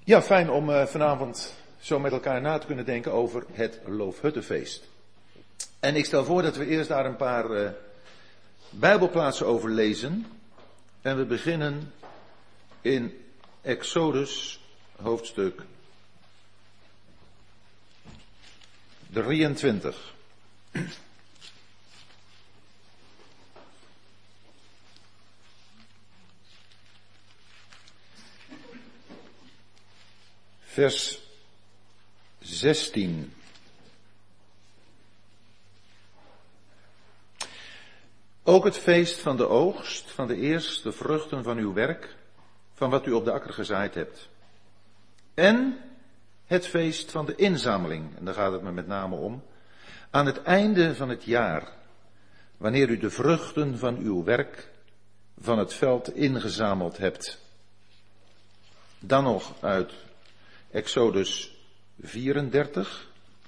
Ja, fijn om vanavond zo met elkaar na te kunnen denken over het Loofhuttenfeest. En ik stel voor dat we eerst daar een paar Bijbelplaatsen over lezen. En we beginnen in Exodus hoofdstuk 23. Vers 16. Ook het feest van de oogst, van de eerste vruchten van uw werk, van wat u op de akker gezaaid hebt. En het feest van de inzameling, en daar gaat het me met name om, aan het einde van het jaar, wanneer u de vruchten van uw werk van het veld ingezameld hebt. Dan nog uit Exodus 34.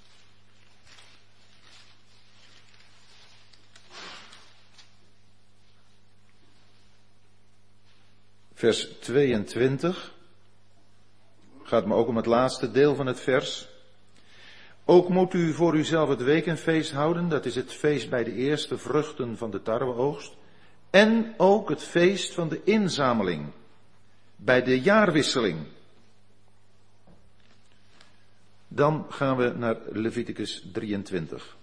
Vers 22. Gaat me ook om het laatste deel van het vers. Ook moet u voor uzelf het wekenfeest houden. Dat is het feest bij de eerste vruchten van de tarweoogst. En ook het feest van de inzameling. Bij de jaarwisseling. Dan gaan we naar Leviticus 23.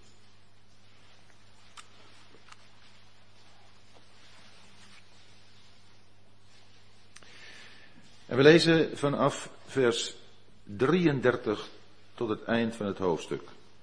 En we lezen vanaf vers 33 tot het eind van het hoofdstuk.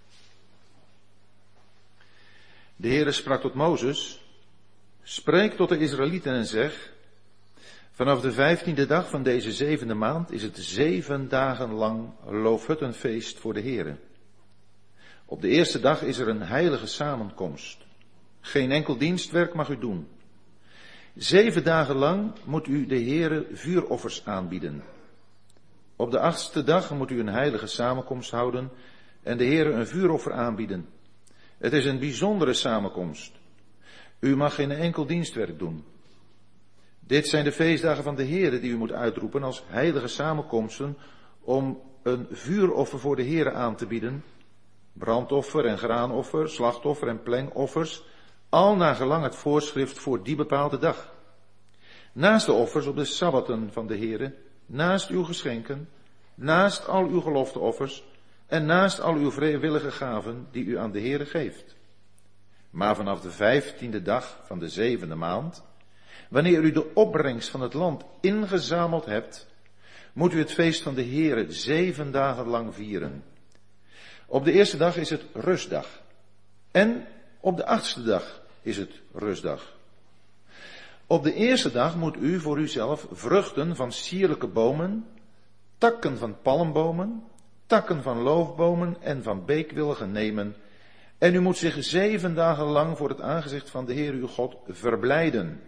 De Heere sprak tot Mozes: spreek tot de Israëlieten en zeg: vanaf de 15e dag van deze 7e maand is het 7 dagen lang Loofhuttenfeest voor de Heere. Op de eerste dag is er een heilige samenkomst. Geen enkel dienstwerk mag u doen. 7 dagen lang moet u de Heere vuuroffers aanbieden. Op de 8e dag moet u een heilige samenkomst houden en de Heere een vuuroffer aanbieden. Het is een bijzondere samenkomst. U mag geen enkel dienstwerk doen. Dit zijn de feestdagen van de Heere die u moet uitroepen als heilige samenkomsten om een vuuroffer voor de Heere aan te bieden. Brandoffer en graanoffer, slachtoffer en plengoffers, al naar gelang het voorschrift voor die bepaalde dag. Naast de offers op de sabbaten van de Heere, naast uw geschenken, naast al uw gelofteoffers en naast al uw vrijwillige gaven die u aan de Heere geeft. Maar vanaf de 15e dag van de 7e maand, wanneer u de opbrengst van het land ingezameld hebt, moet u het feest van de Heere 7 dagen lang vieren. Op de eerste dag is het rustdag. En op de 8e dag is het rustdag. Op de eerste dag moet u voor uzelf vruchten van sierlijke bomen, takken van palmbomen, takken van loofbomen en van beekwilligen nemen. En u moet zich 7 dagen lang voor het aangezicht van de Heer uw God verblijden.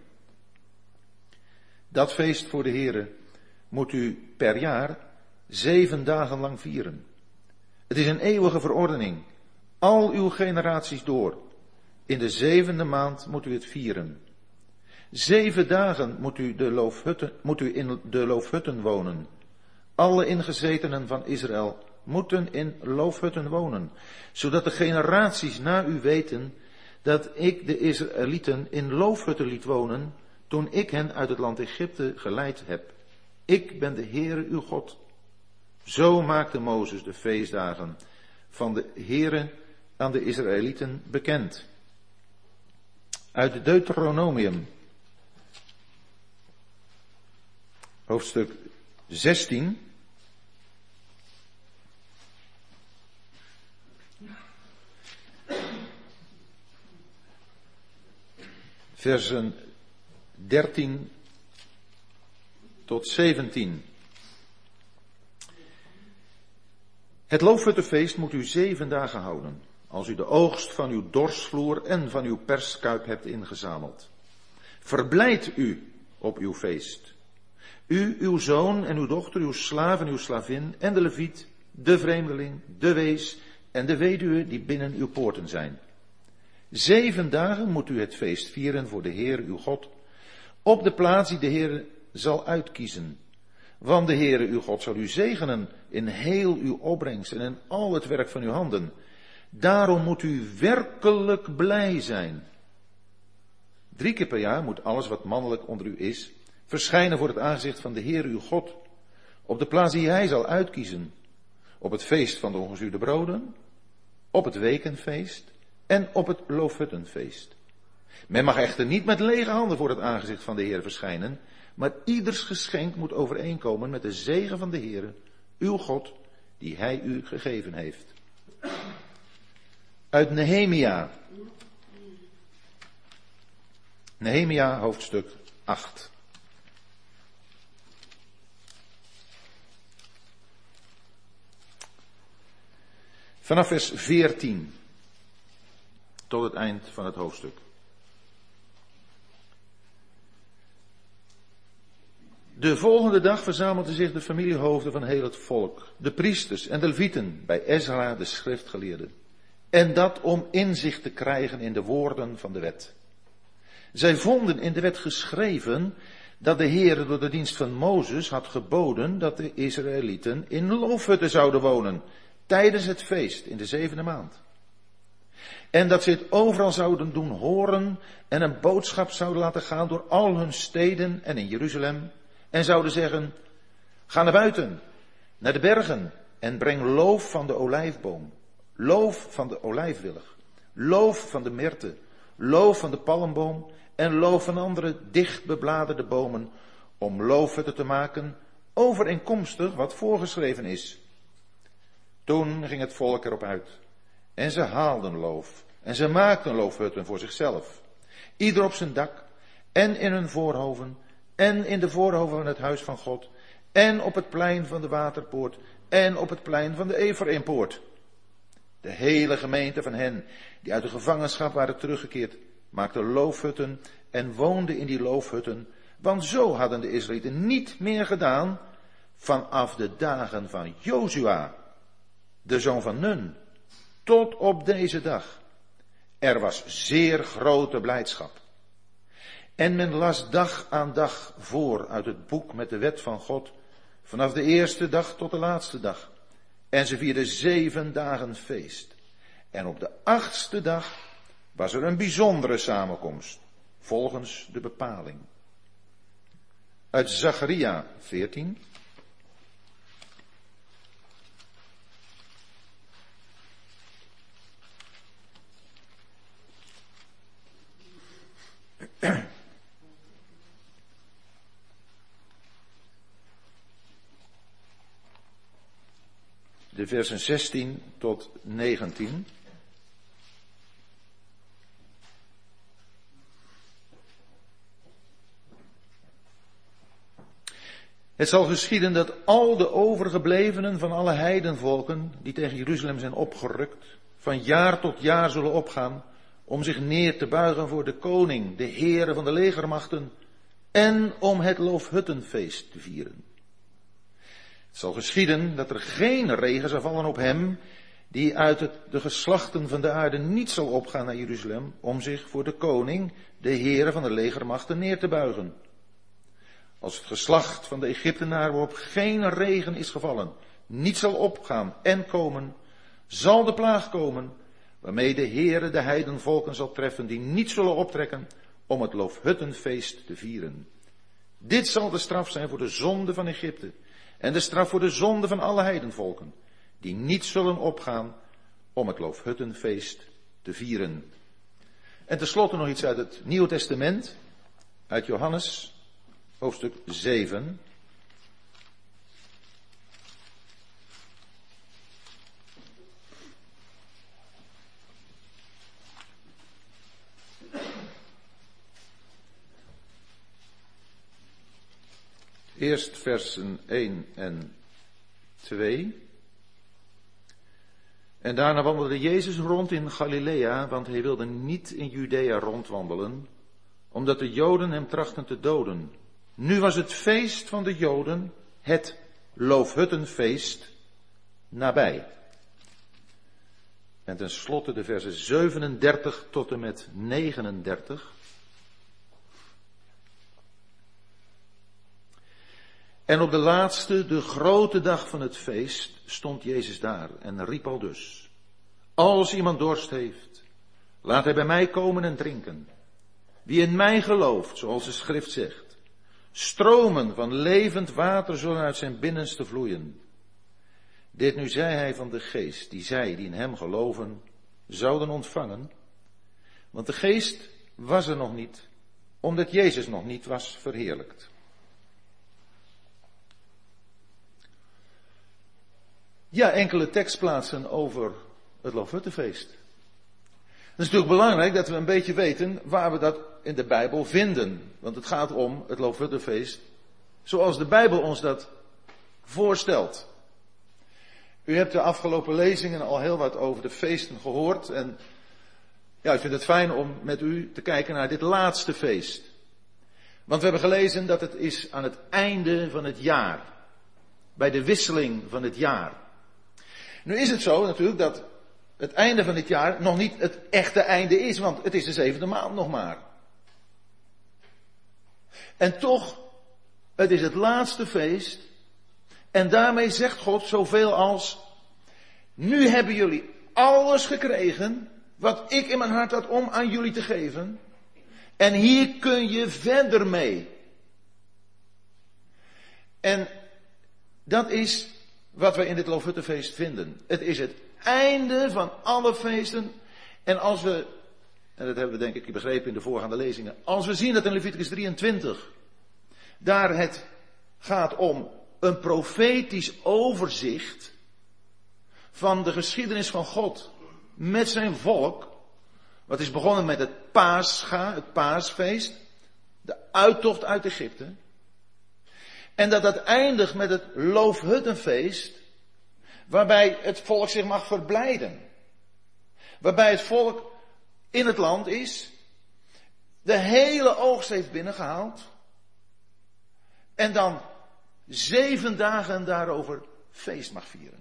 Dat feest voor de Heere moet u per jaar 7 dagen lang vieren. Het is een eeuwige verordening, al uw generaties door. In de 7e maand moet u het vieren. 7 dagen moet u in de loofhutten wonen. Alle ingezetenen van Israël moeten in loofhutten wonen, zodat de generaties na u weten dat ik de Israëlieten in loofhutten liet wonen toen ik hen uit het land Egypte geleid heb. Ik ben de Heere uw God. Zo maakte Mozes de feestdagen van de Heere aan de Israëlieten bekend. Uit Deuteronomium, hoofdstuk 16. Versen 13 tot 17. Het Loofhuttenfeest moet u 7 dagen houden, als u de oogst van uw dorsvloer en van uw perskuip hebt ingezameld. Verblijd u op uw feest. U, uw zoon en uw dochter, uw slaaf en uw slavin en de leviet, de vreemdeling, de wees en de weduwe die binnen uw poorten zijn. 7 dagen moet u het feest vieren voor de Heer uw God, op de plaats die de Heer zal uitkiezen, Want de Heere uw God zal u zegenen in heel uw opbrengst en in al het werk van uw handen. Daarom moet u werkelijk blij zijn. 3 keer per jaar moet alles wat mannelijk onder u is verschijnen voor het aangezicht van de Heere uw God. Op de plaats die hij zal uitkiezen. Op het feest van de ongezuurde broden, op het wekenfeest en op het loofhuttenfeest. Men mag echter niet met lege handen voor het aangezicht van de Heer verschijnen, maar ieders geschenk moet overeenkomen met de zegen van de Heer, uw God, die hij u gegeven heeft. Uit Nehemia. Nehemia hoofdstuk 8. Vanaf vers 14 tot het eind van het hoofdstuk. De volgende dag verzamelden zich de familiehoofden van heel het volk, de priesters en de levieten bij Ezra de schriftgeleerde. En dat om inzicht te krijgen in de woorden van de wet. Zij vonden in de wet geschreven dat de Heere door de dienst van Mozes had geboden dat de Israëlieten in loofhutten zouden wonen tijdens het feest in de 7e maand. En dat ze het overal zouden doen horen en een boodschap zouden laten gaan door al hun steden en in Jeruzalem. En zouden zeggen, ga naar buiten, naar de bergen en breng loof van de olijfboom, loof van de olijfwillig, loof van de myrte, loof van de palmboom en loof van andere dicht bebladerde bomen, om loofhutten te maken, overeenkomstig wat voorgeschreven is. Toen ging het volk erop uit en ze haalden loof en ze maakten loofhutten voor zichzelf, ieder op zijn dak en in hun voorhoven en in de voorhoven van het huis van God en op het plein van de waterpoort en op het plein van de Ephraimpoort. De hele gemeente van hen die uit de gevangenschap waren teruggekeerd, maakte loofhutten en woonden in die loofhutten, want zo hadden de Israëlieten niet meer gedaan vanaf de dagen van Jozua, de zoon van Nun, tot op deze dag. Er was zeer grote blijdschap. En men las dag aan dag voor uit het boek met de wet van God, vanaf de eerste dag tot de laatste dag. En ze vierden 7 dagen feest. En op de 8e dag was er een bijzondere samenkomst, volgens de bepaling. Uit Zacharia 14. De versen 16 tot 19. Het zal geschieden dat al de overgeblevenen van alle heidenvolken die tegen Jeruzalem zijn opgerukt, van jaar tot jaar zullen opgaan om zich neer te buigen voor de koning, de Heere van de legermachten, en om het loofhuttenfeest te vieren. Het zal geschieden dat er geen regen zal vallen op hem die uit de geslachten van de aarde niet zal opgaan naar Jeruzalem om zich voor de koning, de Heere van de legermachten, neer te buigen. Als het geslacht van de Egyptenaren waarop geen regen is gevallen, niet zal opgaan en komen, zal de plaag komen, waarmee de Heere de heidenvolken zal treffen die niet zullen optrekken om het loofhuttenfeest te vieren. Dit zal de straf zijn voor de zonde van Egypte en de straf voor de zonde van alle heidenvolken, die niet zullen opgaan om het loofhuttenfeest te vieren. En tenslotte nog iets uit het Nieuwe Testament, uit Johannes, hoofdstuk 7. Eerst versen 1 en 2. En daarna wandelde Jezus rond in Galilea, want hij wilde niet in Judea rondwandelen, omdat de Joden hem trachten te doden. Nu was het feest van de Joden, het Loofhuttenfeest, nabij. En tenslotte de versen 37 tot en met 39. En op de laatste, de grote dag van het feest, stond Jezus daar en riep aldus: als iemand dorst heeft, laat hij bij mij komen en drinken. Wie in mij gelooft, zoals de schrift zegt, stromen van levend water zullen uit zijn binnenste vloeien. Dit nu zei hij van de geest, die zij die in hem geloven, zouden ontvangen. Want de geest was er nog niet, omdat Jezus nog niet was verheerlijkt. Ja, enkele tekstplaatsen over het Loofhuttenfeest. Het is natuurlijk belangrijk dat we een beetje weten waar we dat in de Bijbel vinden. Want het gaat om het Loofhuttenfeest zoals de Bijbel ons dat voorstelt. U hebt de afgelopen lezingen al heel wat over de feesten gehoord. En ja, ik vind het fijn om met u te kijken naar dit laatste feest. Want we hebben gelezen dat het is aan het einde van het jaar. Bij de wisseling van het jaar. Nu is het zo natuurlijk dat het einde van dit jaar nog niet het echte einde is, want het is de 7e maand nog maar. En toch, het is het laatste feest. En daarmee zegt God zoveel als: nu hebben jullie alles gekregen wat ik in mijn hart had om aan jullie te geven. En hier kun je verder mee. En dat is wat we in dit Loofhuttenfeest vinden. Het is het einde van alle feesten. En als we, en dat hebben we denk ik begrepen in de voorgaande lezingen, als we zien dat in Leviticus 23, daar het gaat om een profetisch overzicht van de geschiedenis van God met zijn volk. Wat is begonnen met het Pascha, het Paasfeest, de uittocht uit Egypte. En dat eindigt met het Loofhuttenfeest, waarbij het volk zich mag verblijden. Waarbij het volk in het land is, de hele oogst heeft binnengehaald, en dan 7 dagen daarover feest mag vieren.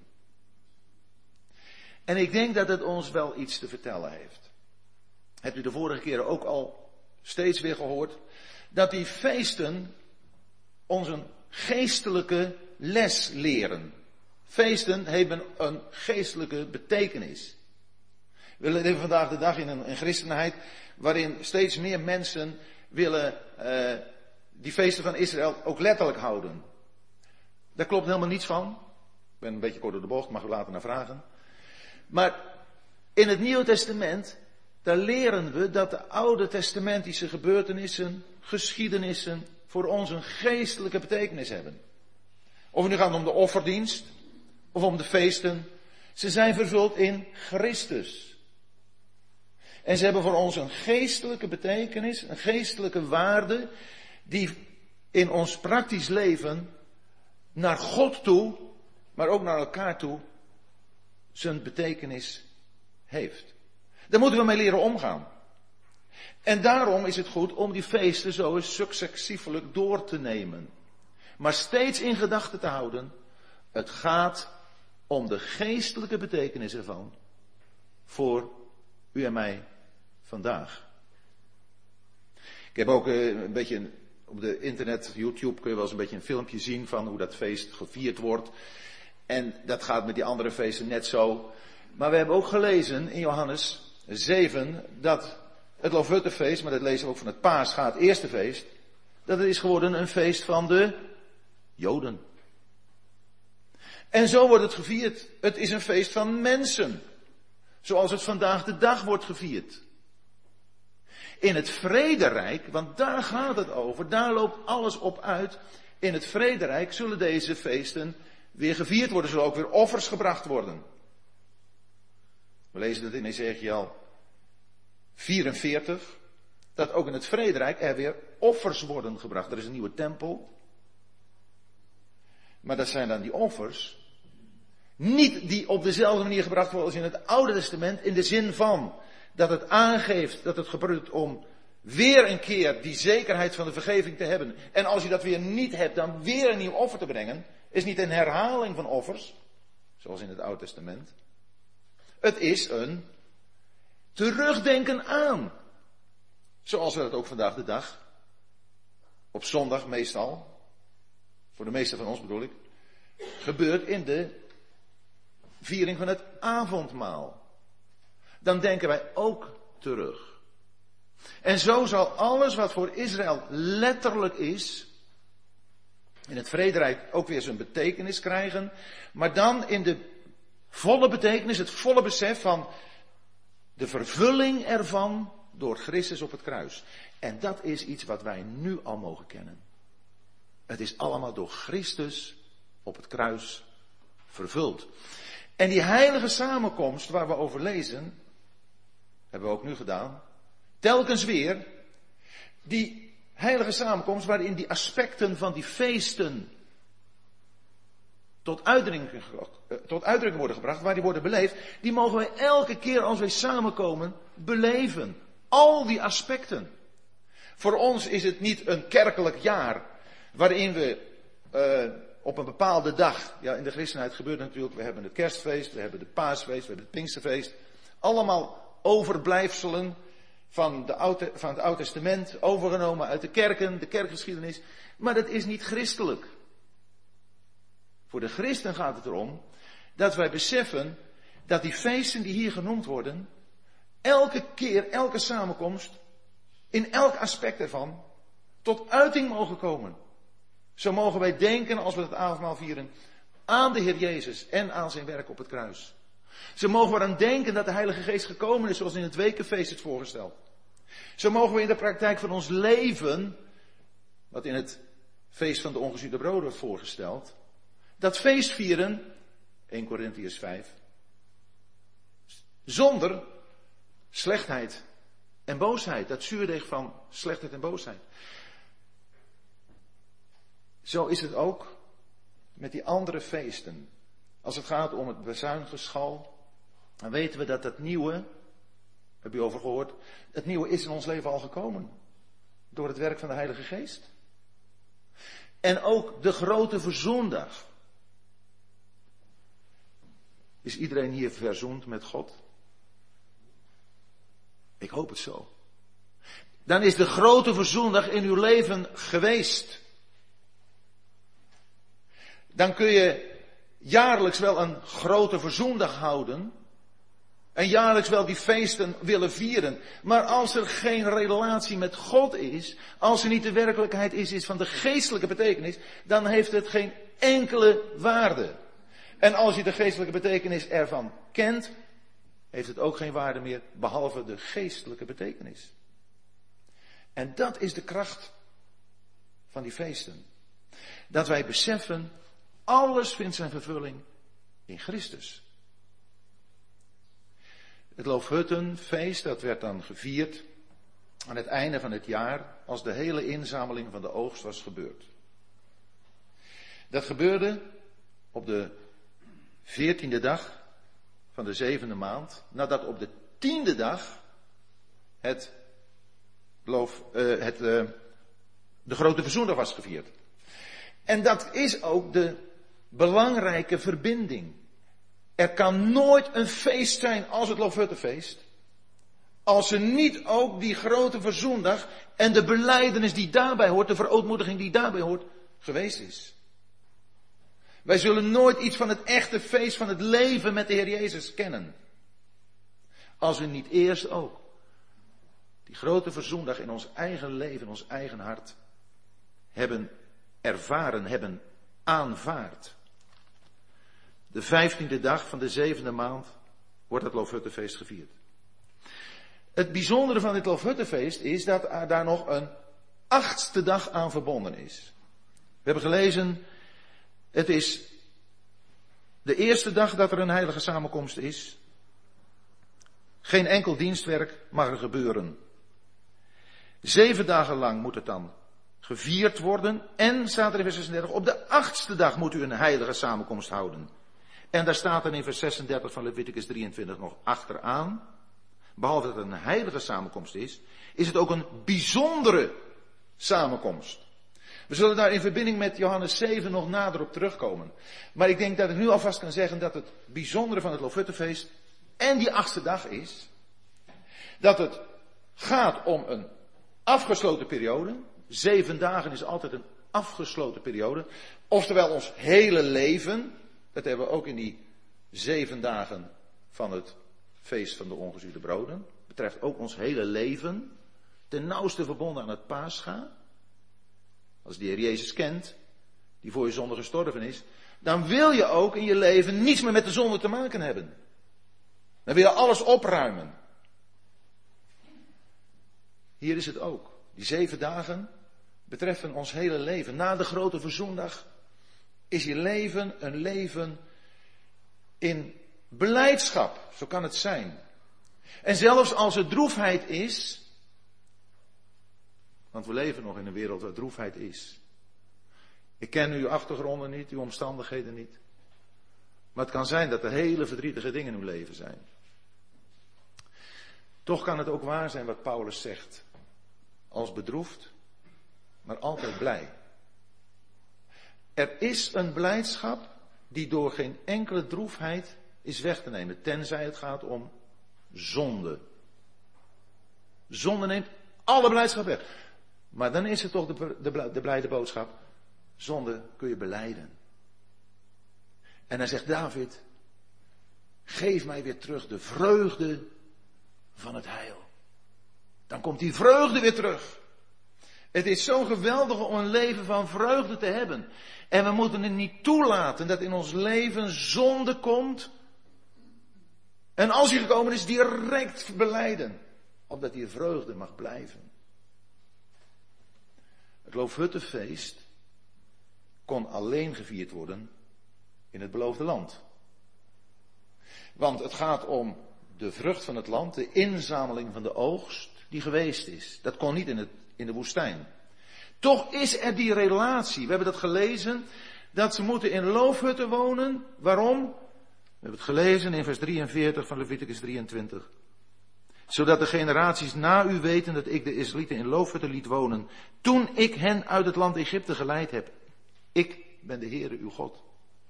En ik denk dat het ons wel iets te vertellen heeft. Hebt u de vorige keren ook al steeds weer gehoord, dat die feesten ons een geestelijke les leren. Feesten hebben een geestelijke betekenis. We leven vandaag de dag in een christenheid waarin steeds meer mensen willen die feesten van Israël ook letterlijk houden. Daar klopt helemaal niets van. Ik ben een beetje kort door de bocht, mag u later naar vragen. Maar in het Nieuwe Testament, daar leren we dat de oude testamentische gebeurtenissen, geschiedenissen, voor ons een geestelijke betekenis hebben. Of het nu gaat om de offerdienst, of om de feesten. Ze zijn vervuld in Christus. En ze hebben voor ons een geestelijke betekenis, een geestelijke waarde, die in ons praktisch leven naar God toe, maar ook naar elkaar toe, zijn betekenis heeft. Daar moeten we mee leren omgaan. En daarom is het goed om die feesten zo eens successievelijk door te nemen. Maar steeds in gedachten te houden, het gaat om de geestelijke betekenis ervan voor u en mij vandaag. Ik heb ook een beetje op de internet, YouTube, kun je wel eens een beetje een filmpje zien van hoe dat feest gevierd wordt. En dat gaat met die andere feesten net zo. Maar we hebben ook gelezen in Johannes 7 dat het Loofhuttenfeest, maar dat lezen we ook van het Pascha, het eerste feest, dat het is geworden een feest van de Joden. En zo wordt het gevierd. Het is een feest van mensen. Zoals het vandaag de dag wordt gevierd. In het vrederijk, want daar gaat het over, daar loopt alles op uit. In het vrederijk zullen deze feesten weer gevierd worden, zullen ook weer offers gebracht worden. We lezen dat in Ezekiel 44, dat ook in het vrederijk er weer offers worden gebracht. Er is een nieuwe tempel. Maar dat zijn dan die offers, niet die op dezelfde manier gebracht worden als in het Oude Testament, in de zin van dat het aangeeft dat het gebeurt om weer een keer die zekerheid van de vergeving te hebben. En als je dat weer niet hebt, dan weer een nieuw offer te brengen, is niet een herhaling van offers, zoals in het Oude Testament. Het is een terugdenken aan. Zoals we dat ook vandaag de dag, op zondag meestal, voor de meesten van ons bedoel ik, gebeurt in de viering van het avondmaal. Dan denken wij ook terug. En zo zal alles wat voor Israël letterlijk is, in het vrederijk ook weer zijn betekenis krijgen, maar dan in de volle betekenis, het volle besef van de vervulling ervan door Christus op het kruis. En dat is iets wat wij nu al mogen kennen. Het is allemaal door Christus op het kruis vervuld. En die heilige samenkomst waar we over lezen, hebben we ook nu gedaan, telkens weer, die heilige samenkomst waarin die aspecten van die feesten tot uitdrukking worden gebracht, waar die worden beleefd, die mogen wij elke keer als wij samenkomen beleven. Al die aspecten. Voor ons is het niet een kerkelijk jaar waarin we op een bepaalde dag, ja in de christenheid gebeurt het natuurlijk, we hebben het kerstfeest, we hebben het paasfeest, we hebben het pinksterfeest. Allemaal overblijfselen van het Oude Testament, overgenomen uit de kerken, de kerkgeschiedenis. Maar dat is niet christelijk. Voor de christen gaat het erom dat wij beseffen dat die feesten die hier genoemd worden, elke keer, elke samenkomst, in elk aspect ervan, tot uiting mogen komen. Zo mogen wij denken, als we het avondmaal vieren, aan de Heer Jezus en aan zijn werk op het kruis. Zo mogen we eraan denken dat de Heilige Geest gekomen is, zoals in het wekenfeest is voorgesteld. Zo mogen we in de praktijk van ons leven, wat in het feest van de ongezuurde broden wordt voorgesteld, dat feest vieren, 1 Korintiërs 5, zonder slechtheid en boosheid. Dat zuurdeeg van slechtheid en boosheid. Zo is het ook met die andere feesten. Als het gaat om het bezuingeschal, dan weten we dat het nieuwe, heb je over gehoord, het nieuwe is in ons leven al gekomen. Door het werk van de Heilige Geest. En ook de grote verzoendag. Is iedereen hier verzoend met God? Ik hoop het zo. Dan is de grote verzoendag in uw leven geweest. Dan kun je jaarlijks wel een grote verzoendag houden. En jaarlijks wel die feesten willen vieren. Maar als er geen relatie met God is, als er niet de werkelijkheid is van de geestelijke betekenis, dan heeft het geen enkele waarde. En als je de geestelijke betekenis ervan kent, heeft het ook geen waarde meer, behalve de geestelijke betekenis. En dat is de kracht van die feesten. Dat wij beseffen, alles vindt zijn vervulling in Christus. Het Loofhuttenfeest, dat werd dan gevierd aan het einde van het jaar, als de hele inzameling van de oogst was gebeurd. Dat gebeurde op de 14e dag van de 7e maand, nadat op de 10e dag de grote verzoendag was gevierd. En dat is ook de belangrijke verbinding. Er kan nooit een feest zijn als het Loofhuttenfeest, als er niet ook die grote verzoendag en de belijdenis die daarbij hoort, de verootmoediging die daarbij hoort, geweest is. Wij zullen nooit iets van het echte feest van het leven met de Heer Jezus kennen. Als we niet eerst ook die grote verzoendag in ons eigen leven, in ons eigen hart hebben ervaren, hebben aanvaard. De 15e dag van de 7e maand wordt het Loofhuttenfeest gevierd. Het bijzondere van dit Loofhuttenfeest is dat er daar nog een 8e dag aan verbonden is. We hebben gelezen, het is de eerste dag dat er een heilige samenkomst is. Geen enkel dienstwerk mag er gebeuren. 7 dagen lang moet het dan gevierd worden. En, staat er in vers 36, op de 8e dag moet u een heilige samenkomst houden. En daar staat er in vers 36 van Leviticus 23 nog achteraan. Behalve dat het een heilige samenkomst is het ook een bijzondere samenkomst. We zullen daar in verbinding met Johannes 7 nog nader op terugkomen. Maar ik denk dat ik nu alvast kan zeggen dat het bijzondere van het Loofhuttenfeest en die 8e dag is, dat het gaat om een afgesloten periode. 7 dagen is altijd een afgesloten periode. Oftewel ons hele leven. Dat hebben we ook in die 7 dagen van het feest van de ongezuurde broden. Betreft ook ons hele leven. Ten nauwste verbonden aan het Pascha. Als de Heer Jezus kent, die voor je zonde gestorven is, dan wil je ook in je leven niets meer met de zonde te maken hebben. Dan wil je alles opruimen. Hier is het ook. Die 7 dagen betreffen ons hele leven. Na de grote verzoendag is je leven een leven in blijdschap. Zo kan het zijn. En zelfs als er droefheid is, want we leven nog in een wereld waar droefheid is. Ik ken uw achtergronden niet, uw omstandigheden niet. Maar het kan zijn dat er hele verdrietige dingen in uw leven zijn. Toch kan het ook waar zijn wat Paulus zegt. Als bedroefd, maar altijd blij. Er is een blijdschap die door geen enkele droefheid is weg te nemen. Tenzij het gaat om zonde. Zonde neemt alle blijdschap weg. Maar dan is het toch de blijde boodschap. Zonde kun je belijden. En dan zegt David, geef mij weer terug de vreugde van het heil. Dan komt die vreugde weer terug. Het is zo geweldig om een leven van vreugde te hebben. En we moeten het niet toelaten dat in ons leven zonde komt. En als die gekomen is, direct belijden. Opdat die vreugde mag blijven. Het Loofhuttenfeest kon alleen gevierd worden in het beloofde land. Want het gaat om de vrucht van het land, de inzameling van de oogst die geweest is. Dat kon niet in de woestijn. Toch is er die relatie. We hebben dat gelezen, dat ze moeten in loofhutten wonen. Waarom? We hebben het gelezen in vers 43 van Leviticus 23. Zodat de generaties na u weten dat ik de Israëlieten in loofhutten liet wonen, toen ik hen uit het land Egypte geleid heb. Ik ben de Heere uw God.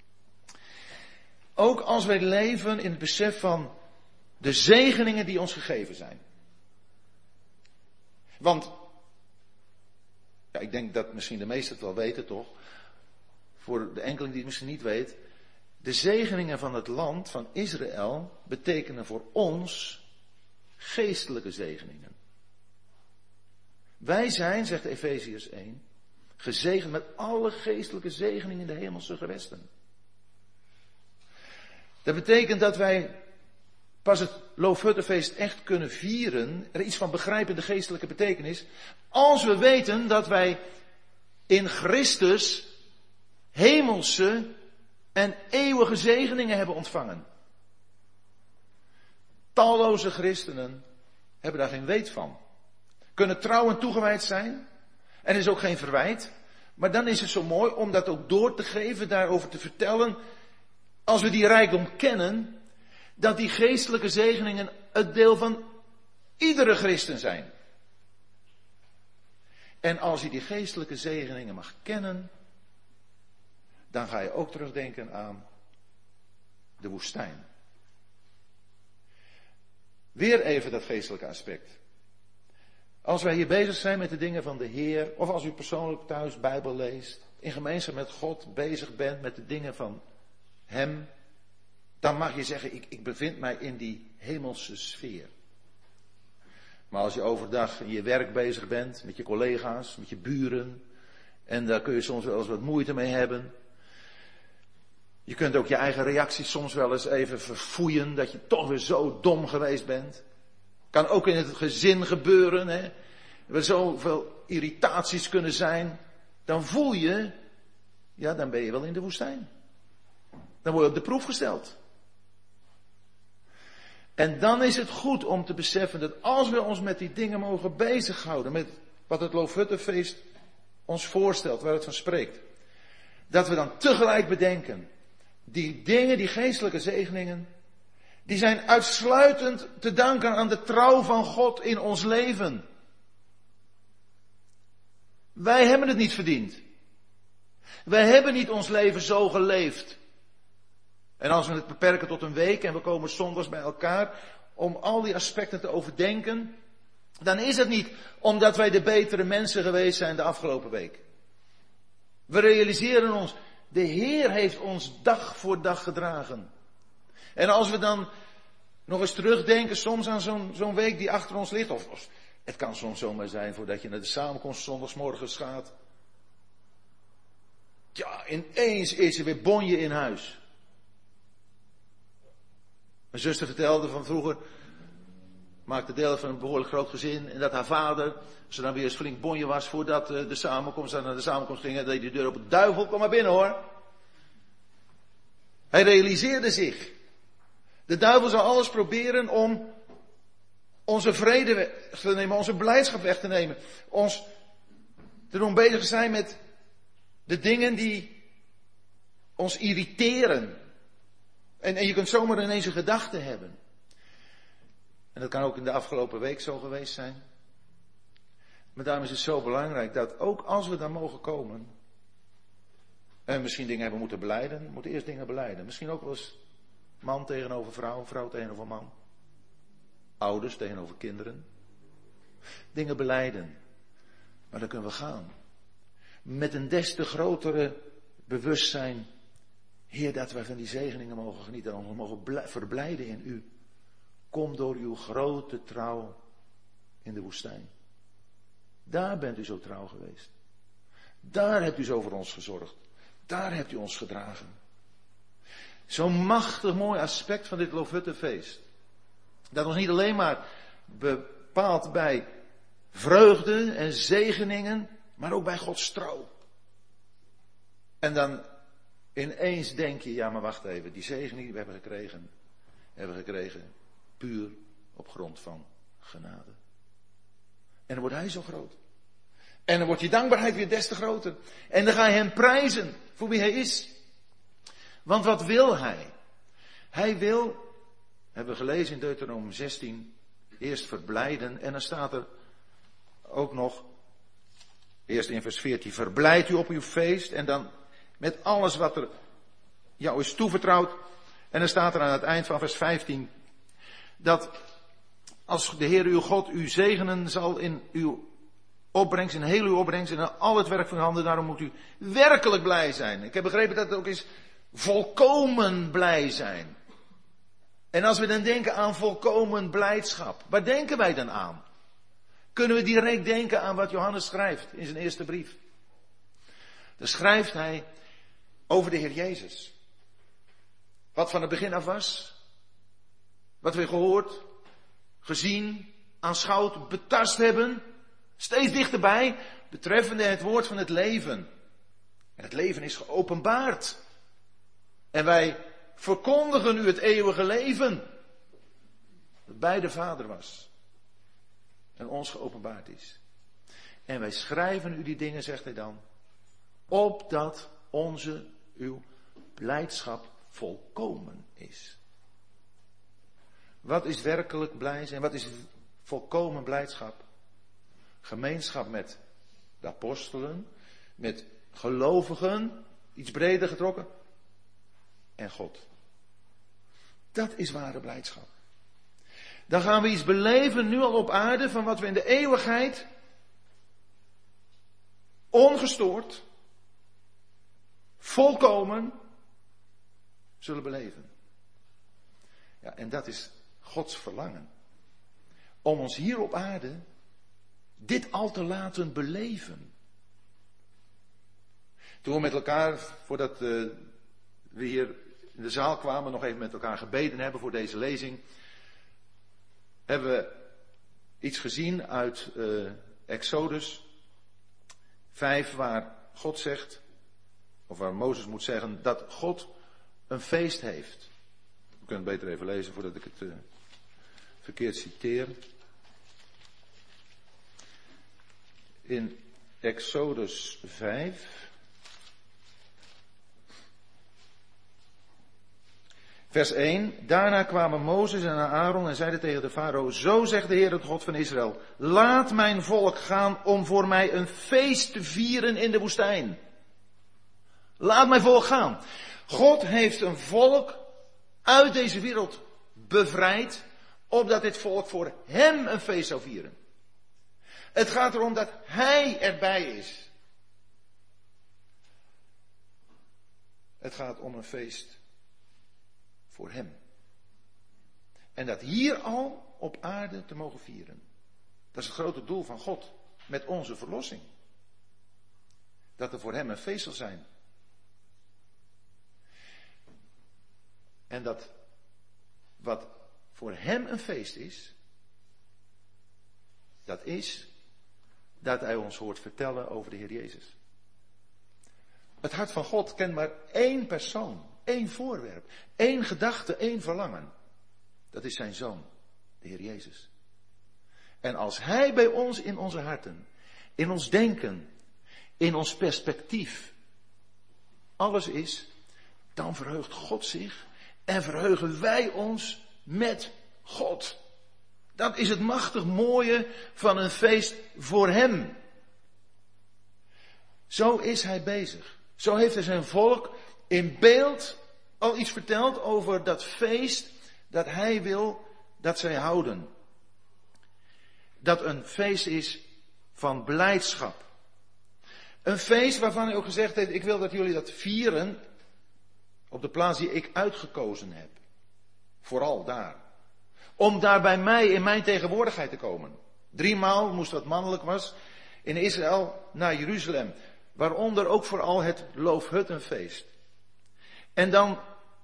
Ook als wij leven in het besef van de zegeningen die ons gegeven zijn. Want, ja, ik denk dat misschien de meesten het wel weten toch. Voor de enkeling die het misschien niet weet. De zegeningen van het land van Israël betekenen voor ons geestelijke zegeningen. Wij zijn, zegt Efeziërs 1, gezegend met alle geestelijke zegeningen in de hemelse gewesten. Dat betekent dat wij pas het Loofhuttenfeest echt kunnen vieren, er iets van begrijpen de geestelijke betekenis, als we weten dat wij in Christus hemelse en eeuwige zegeningen hebben ontvangen. Talloze christenen hebben daar geen weet van. Kunnen trouw en toegewijd zijn. En er is ook geen verwijt. Maar dan is het zo mooi om dat ook door te geven, daarover te vertellen. Als we die rijkdom kennen, dat die geestelijke zegeningen het deel van iedere christen zijn. En als je die geestelijke zegeningen mag kennen, dan ga je ook terugdenken aan de woestijn. Weer even dat geestelijke aspect. Als wij hier bezig zijn met de dingen van de Heer, of als u persoonlijk thuis Bijbel leest, in gemeenschap met God bezig bent met de dingen van Hem, dan mag je zeggen, ik bevind mij in die hemelse sfeer. Maar als je overdag in je werk bezig bent, met je collega's, met je buren, en daar kun je soms wel eens wat moeite mee hebben. Je kunt ook je eigen reacties soms wel eens even verfoeien, dat je toch weer zo dom geweest bent. Kan ook in het gezin gebeuren, hè. Er zoveel irritaties kunnen zijn. Dan voel je, ja, dan ben je wel in de woestijn. Dan word je op de proef gesteld. En dan is het goed om te beseffen dat als we ons met die dingen mogen bezighouden, met wat het Loofhuttenfeest ons voorstelt, waar het van spreekt, dat we dan tegelijk bedenken, die dingen, die geestelijke zegeningen, die zijn uitsluitend te danken aan de trouw van God in ons leven. Wij hebben het niet verdiend. Wij hebben niet ons leven zo geleefd. En als we het beperken tot een week en we komen zondags bij elkaar om al die aspecten te overdenken, dan is het niet omdat wij de betere mensen geweest zijn de afgelopen week. We realiseren ons, de Heer heeft ons dag voor dag gedragen. En als we dan nog eens terugdenken soms aan zo'n week die achter ons ligt. Of het kan soms zomaar zijn voordat je naar de samenkomst zondagsmorgens gaat. Ja, ineens is er weer bonje in huis. Mijn zuster vertelde van vroeger, maakte deel van een behoorlijk groot gezin. En dat haar vader, als er dan weer eens flink bonje was voordat de samenkomst, naar de samenkomst ging, deed de deur op. Duivel, kom maar binnen hoor. Hij realiseerde zich. De duivel zal alles proberen om onze vrede weg te nemen, onze blijdschap weg te nemen. Ons te doen bezig zijn met de dingen die ons irriteren. En je kunt zomaar ineens een gedachte hebben. En dat kan ook in de afgelopen week zo geweest zijn. Maar daarom is het zo belangrijk dat ook als we daar mogen komen, en misschien dingen hebben moeten belijden, we moeten eerst dingen belijden. Misschien ook wel eens man tegenover vrouw, vrouw tegenover man. Ouders tegenover kinderen. Dingen belijden. Maar dan kunnen we gaan. Met een des te grotere bewustzijn. Heer, dat wij van die zegeningen mogen genieten en ons mogen verblijden in u. Kom door uw grote trouw in de woestijn. Daar bent u zo trouw geweest. Daar hebt u zo voor ons gezorgd. Daar hebt u ons gedragen. Zo'n machtig mooi aspect van dit Loofhuttenfeest. Dat ons niet alleen maar bepaalt bij vreugde en zegeningen, maar ook bij Gods trouw. En dan ineens denk je, ja maar wacht even, die zegening die we hebben gekregen puur op grond van genade. En dan wordt hij zo groot. En dan wordt je dankbaarheid weer des te groter. En dan ga je hem prijzen voor wie hij is. Want wat wil hij? Hij wil, hebben we gelezen in Deuteronomium 16, eerst verblijden. En dan staat er ook nog, eerst in vers 14, verblijd u op uw feest. En dan met alles wat er jou is toevertrouwd. En dan staat er aan het eind van vers 15, dat als de Heer uw God u zegenen zal in uw opbrengst, in heel uw opbrengst, en in al het werk van uw handen, daarom moet u werkelijk blij zijn. Ik heb begrepen dat het ook is volkomen blij zijn. En als we dan denken aan volkomen blijdschap, waar denken wij dan aan? Kunnen we direct denken aan wat Johannes schrijft in zijn eerste brief? Dan schrijft hij over de Heer Jezus. Wat van het begin af was, wat we gehoord, gezien, aanschouwd, betast hebben, steeds dichterbij, betreffende het woord van het leven. En het leven is geopenbaard. En wij verkondigen u het eeuwige leven. Dat bij de Vader was. En ons geopenbaard is. En wij schrijven u die dingen, zegt hij dan, opdat uw blijdschap volkomen is. Wat is werkelijk blij zijn? Wat is volkomen blijdschap? Gemeenschap met de apostelen, met gelovigen, iets breder getrokken, en God. Dat is ware blijdschap. Dan gaan we iets beleven nu al op aarde van wat we in de eeuwigheid ongestoord, volkomen zullen beleven. Ja, en dat is Gods verlangen. Om ons hier op aarde dit al te laten beleven. Toen we met elkaar, voordat we hier in de zaal kwamen, nog even met elkaar gebeden hebben voor deze lezing, hebben we iets gezien uit Exodus 5, waar God zegt, of waar Mozes moet zeggen, dat God een feest heeft. We kunnen het beter even lezen voordat ik het verkeerd citeer. In Exodus 5, vers 1. Daarna kwamen Mozes en Aaron en zeiden tegen de farao, zo zegt de Heer, het God van Israël, laat mijn volk gaan om voor mij een feest te vieren in de woestijn. Laat mijn volk gaan. God heeft een volk uit deze wereld bevrijd, opdat dit volk voor hem een feest zou vieren. Het gaat erom dat hij erbij is. Het gaat om een feest voor hem. En dat hier al op aarde te mogen vieren. Dat is het grote doel van God met onze verlossing. Dat er voor hem een feest zal zijn. En dat wat voor hem een feest is, dat is dat hij ons hoort vertellen over de Heer Jezus. Het hart van God kent maar één persoon, één voorwerp, één gedachte, één verlangen. Dat is zijn Zoon, de Heer Jezus. En als hij bij ons in onze harten, in ons denken, in ons perspectief, alles is, dan verheugt God zich en verheugen wij ons met God. Dat is het machtig mooie van een feest voor hem. Zo is hij bezig. Zo heeft hij zijn volk in beeld al iets verteld over dat feest dat hij wil dat zij houden. Dat een feest is van blijdschap. Een feest waarvan hij ook gezegd heeft, ik wil dat jullie dat vieren op de plaats die ik uitgekozen heb. Vooral daar. Om daar bij mij in mijn tegenwoordigheid te komen. 3 maal moest wat mannelijk was in Israël naar Jeruzalem. Waaronder ook vooral het Loofhuttenfeest. En dan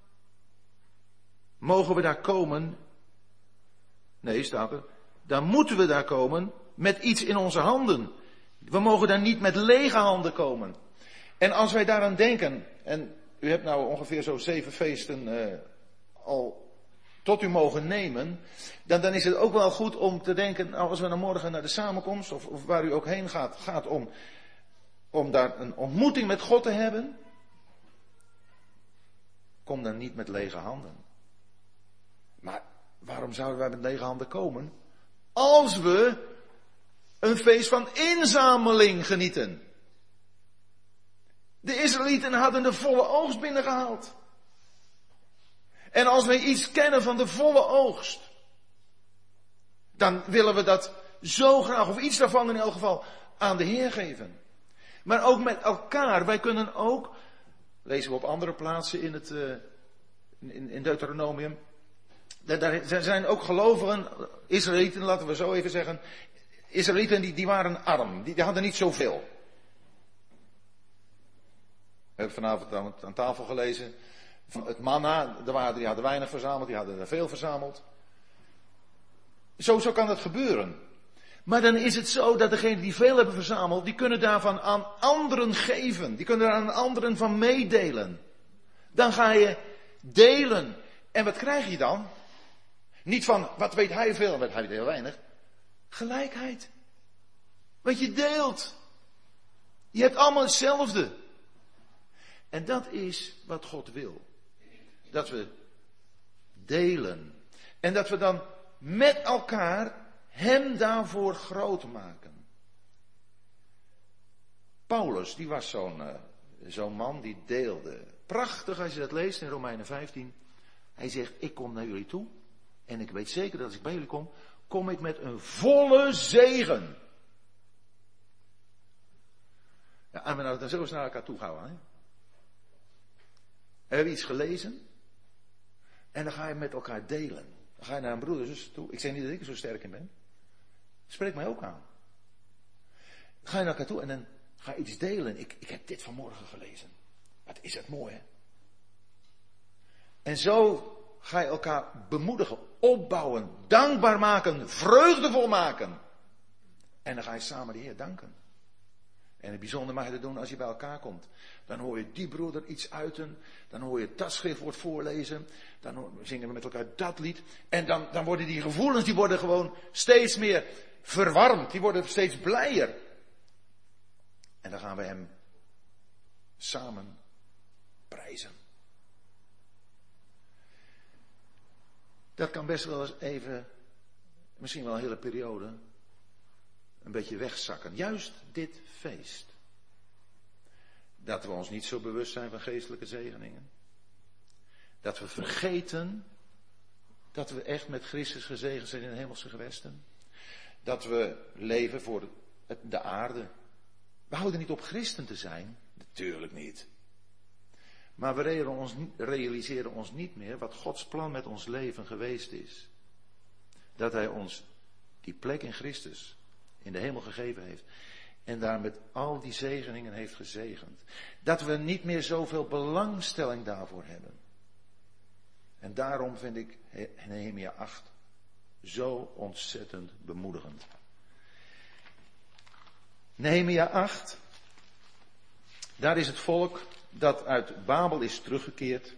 mogen we daar komen. Nee, staat er. Dan moeten we daar komen met iets in onze handen. We mogen daar niet met lege handen komen. En als wij daaraan denken, en u hebt nou ongeveer zo 7 feesten al tot u mogen nemen, dan is het ook wel goed om te denken, nou, als we dan morgen naar de samenkomst, of waar u ook heen gaat om daar een ontmoeting met God te hebben, kom dan niet met lege handen. Maar waarom zouden wij met lege handen komen? Als we een feest van inzameling genieten. De Israëlieten hadden de volle oogst binnengehaald. En als wij iets kennen van de volle oogst, dan willen we dat zo graag, of iets daarvan in elk geval, aan de Heer geven. Maar ook met elkaar. Wij kunnen ook, lezen we op andere plaatsen in Deuteronomium, daar zijn ook gelovigen, Israëlieten, laten we zo even zeggen, Israëlieten die waren arm, die hadden niet zoveel. We hebben vanavond aan tafel gelezen van het manna, die hadden weinig verzameld, die hadden er veel verzameld. Zo kan het gebeuren. Maar dan is het zo dat degenen die veel hebben verzameld, die kunnen daarvan aan anderen geven. Die kunnen daar aan anderen van meedelen. Dan ga je delen. En wat krijg je dan? Niet van, wat weet hij veel en wat hij weet heel weinig. Gelijkheid. Want je deelt. Je hebt allemaal hetzelfde. En dat is wat God wil. Dat we delen. En dat we dan met elkaar hem daarvoor groot maken. Paulus, die was zo'n man die deelde. Prachtig als je dat leest in Romeinen 15. Hij zegt, ik kom naar jullie toe. En ik weet zeker dat als ik bij jullie kom ik met een volle zegen. Ja, en we nou dan zo eens naar elkaar toe gaan. Hè? We hebben iets gelezen. En dan ga je met elkaar delen. Dan ga je naar een broeder en zus toe. Ik zeg niet dat ik er zo sterk in ben. Spreek mij ook aan. Dan ga je naar elkaar toe en dan ga je iets delen. Ik heb dit vanmorgen gelezen. Wat is het mooi, hè? En zo ga je elkaar bemoedigen, opbouwen, dankbaar maken, vreugdevol maken. En dan ga je samen de Heer danken. En het bijzonder mag je dat doen als je bij elkaar komt. Dan hoor je die broeder iets uiten. Dan hoor je dat schriftwoord voorlezen. Dan zingen we met elkaar dat lied. En dan worden die gevoelens, die worden gewoon steeds meer verwarmd. Die worden steeds blijer. En dan gaan we hem samen prijzen. Dat kan best wel eens even, misschien wel een hele periode, een beetje wegzakken. Juist dit feest. Dat we ons niet zo bewust zijn van geestelijke zegeningen. Dat we vergeten dat we echt met Christus gezegend zijn in de hemelse gewesten. Dat we leven voor de aarde. We houden niet op christen te zijn. Natuurlijk niet. Maar we realiseren ons niet meer wat Gods plan met ons leven geweest is. Dat hij ons die plek in Christus in de hemel gegeven heeft. En daar met al die zegeningen heeft gezegend. Dat we niet meer zoveel belangstelling daarvoor hebben. En daarom vind ik Nehemia 8 zo ontzettend bemoedigend. Nehemia 8, daar is het volk dat uit Babel is teruggekeerd.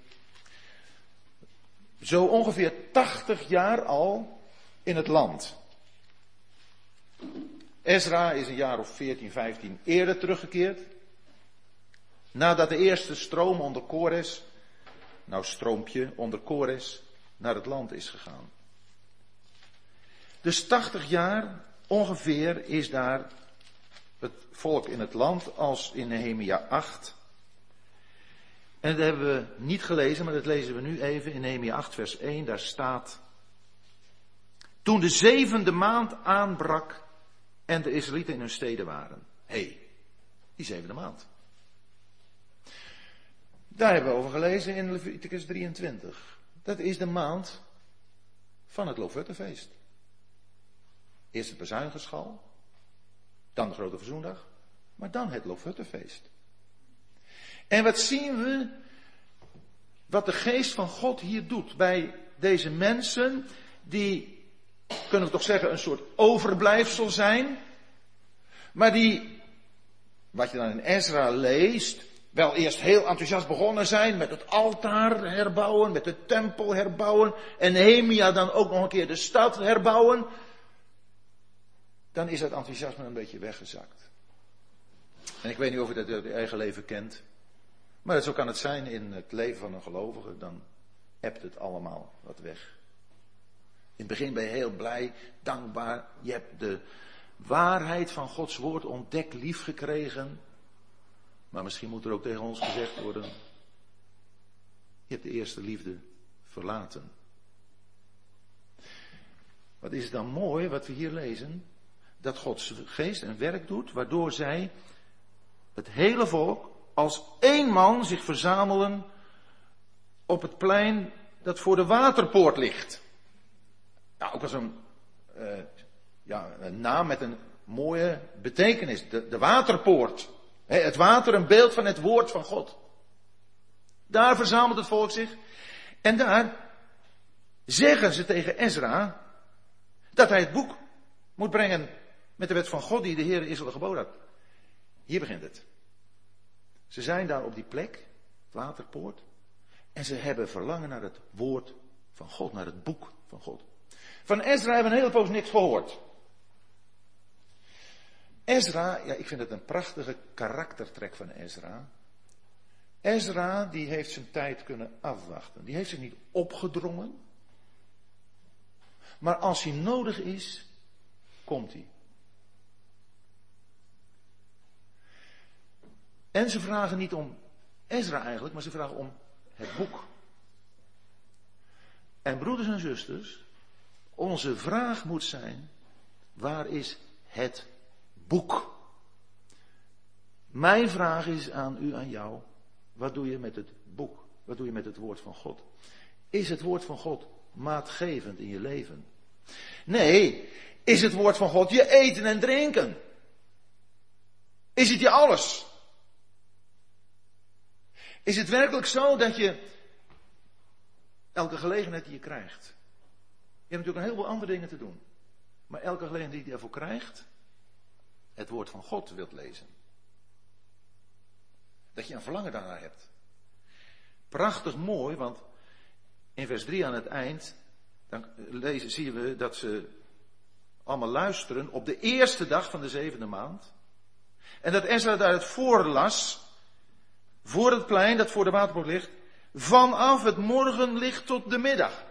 Zo ongeveer 80 jaar al in het land. Ezra is een jaar of 14, 15 eerder teruggekeerd. Nadat de eerste stroom onder Kores, stroompje onder Kores, naar het land is gegaan. Dus 80 jaar ongeveer is daar het volk in het land als in Nehemia 8. En dat hebben we niet gelezen, maar dat lezen we nu even in Nehemia 8 vers 1. Daar staat: toen de 7e maand aanbrak en de Israëlieten in hun steden waren. Die 7e maand. Daar hebben we over gelezen in Leviticus 23. Dat is de maand van het Loofhuttenfeest. Eerst het bezuingeschal, dan de grote verzoendag, maar dan het Loofhuttenfeest. En wat zien we, wat de geest van God hier doet bij deze mensen, die, kunnen we toch zeggen, een soort overblijfsel zijn, maar die, wat je dan in Ezra leest, wel eerst heel enthousiast begonnen zijn met het altaar herbouwen, met de tempel herbouwen, en Nehemia dan ook nog een keer de stad herbouwen, dan is dat enthousiasme een beetje weggezakt. En ik weet niet of u dat uit uw eigen leven kent, maar zo kan het zijn in het leven van een gelovige, dan ebt het allemaal wat weg. In het begin ben je heel blij, dankbaar, je hebt de waarheid van Gods woord ontdekt, lief gekregen. Maar misschien moet er ook tegen ons gezegd worden: je hebt de eerste liefde verlaten. Wat is het dan mooi wat we hier lezen? Dat Gods geest een werk doet, waardoor zij, het hele volk, als één man zich verzamelen op het plein dat voor de waterpoort ligt. Nou, ook als een naam met een mooie betekenis. De waterpoort. Het water, een beeld van het woord van God. Daar verzamelt het volk zich. En daar zeggen ze tegen Ezra dat hij het boek moet brengen met de wet van God die de Heer Israël geboden had. Hier begint het. Ze zijn daar op die plek, het waterpoort. En ze hebben verlangen naar het woord van God, naar het boek van God. Van Ezra hebben we een hele poos niks gehoord. Ezra, ik vind het een prachtige karaktertrek van Ezra. Ezra, die heeft zijn tijd kunnen afwachten. Die heeft zich niet opgedrongen. Maar als hij nodig is, komt hij. En ze vragen niet om Ezra eigenlijk, maar ze vragen om het boek. En broeders en zusters, onze vraag moet zijn: waar is het boek? Mijn vraag is aan u, aan jou: wat doe je met het boek? Wat doe je met het woord van God? Is het woord van God maatgevend in je leven? Nee, is het woord van God je eten en drinken? Is het je alles? Is het werkelijk zo dat je elke gelegenheid die je krijgt, je hebt natuurlijk een heleboel andere dingen te doen, maar elke gelegenheid die je ervoor krijgt, het woord van God wilt lezen? Dat je een verlangen daarnaar hebt. Prachtig mooi, want in vers 3 aan het eind, dan zien we dat ze allemaal luisteren op de eerste dag van de 7e maand. En dat Ezra daar het voorlas, voor het plein dat voor de waterpoort ligt, vanaf het morgenlicht tot de middag.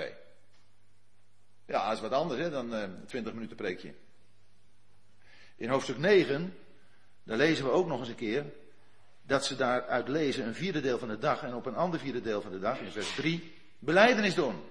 Ja, dat is wat anders dan 20 minuten preekje. In hoofdstuk 9, daar lezen we ook nog eens een keer dat ze daaruit lezen een vierde deel van de dag en op een ander vierde deel van de dag, in vers 3, belijdenis doen.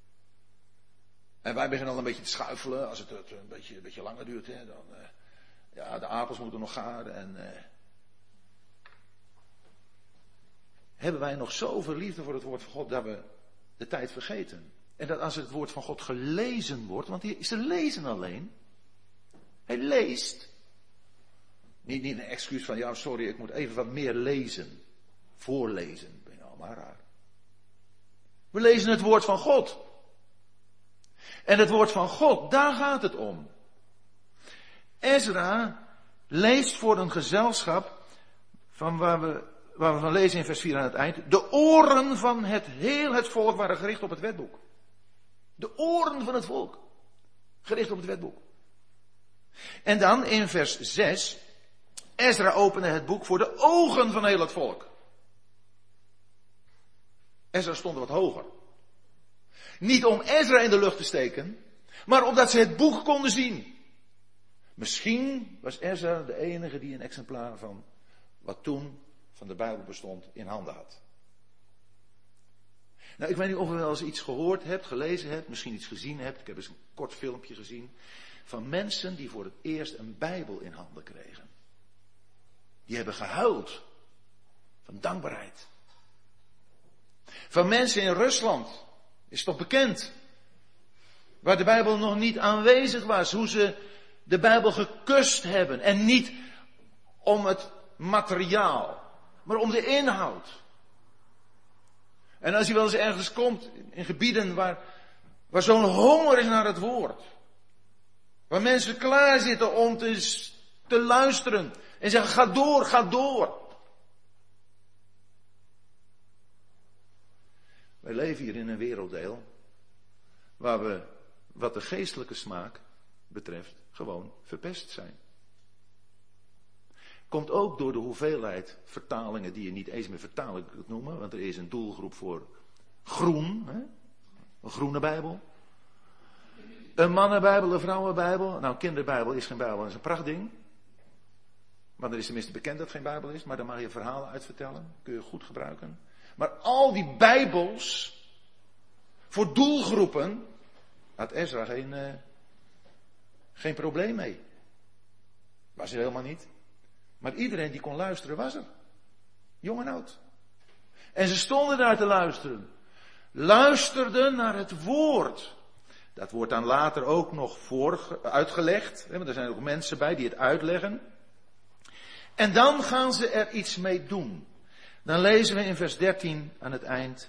En wij beginnen al een beetje te schuifelen als het een beetje langer duurt. Dan, de apels moeten nog garen en hebben wij nog zoveel liefde voor het woord van God dat we de tijd vergeten. En dat als het woord van God gelezen wordt, want hier is te lezen alleen. Hij leest. Niet een excuus van, ja sorry, ik moet even wat meer lezen. Voorlezen, ben je allemaal raar. We lezen het woord van God. En het woord van God, daar gaat het om. Ezra leest voor een gezelschap van waar we van lezen in vers 4 aan het eind. De oren van heel het volk waren gericht op het wetboek. De oren van het volk. Gericht op het wetboek. En dan in vers 6. Ezra opende het boek voor de ogen van heel het volk. Ezra stond wat hoger. Niet om Ezra in de lucht te steken, maar omdat ze het boek konden zien. Misschien was Ezra de enige die een exemplaar van wat toen van de Bijbel bestond in handen had. Nou, ik weet niet of u wel eens iets gehoord hebt, gelezen hebt, misschien iets gezien hebt. Ik heb eens een kort filmpje gezien van mensen die voor het eerst een Bijbel in handen kregen. Die hebben gehuild van dankbaarheid. Van mensen in Rusland, is toch bekend, waar de Bijbel nog niet aanwezig was, hoe ze de Bijbel gekust hebben. En niet om het materiaal, maar om de inhoud. En als je wel eens ergens komt, in gebieden waar zo'n honger is naar het woord. Waar mensen klaar zitten om te luisteren. En zeggen, ga door, ga door. Wij leven hier in een werelddeel waar we, wat de geestelijke smaak betreft, gewoon verpest zijn. Komt ook door de hoeveelheid vertalingen die je niet eens meer vertaling kunt noemen, want er is een doelgroep voor groen, hè? Een groene Bijbel. Een mannenbijbel, een vrouwenbijbel. Nou, een kinderbijbel is geen Bijbel, dat is een prachtding. Want er is tenminste bekend dat het geen Bijbel is, maar daar mag je verhalen uit vertellen. Kun je goed gebruiken. Maar al die Bijbels, voor doelgroepen, had Ezra geen probleem mee. Was er helemaal niet. Maar iedereen die kon luisteren was er. Jong en oud. En ze stonden daar te luisteren. Luisterden naar het woord. Dat wordt dan later ook nog uitgelegd. Want er zijn ook mensen bij die het uitleggen. En dan gaan ze er iets mee doen. Dan lezen we in vers 13 aan het eind.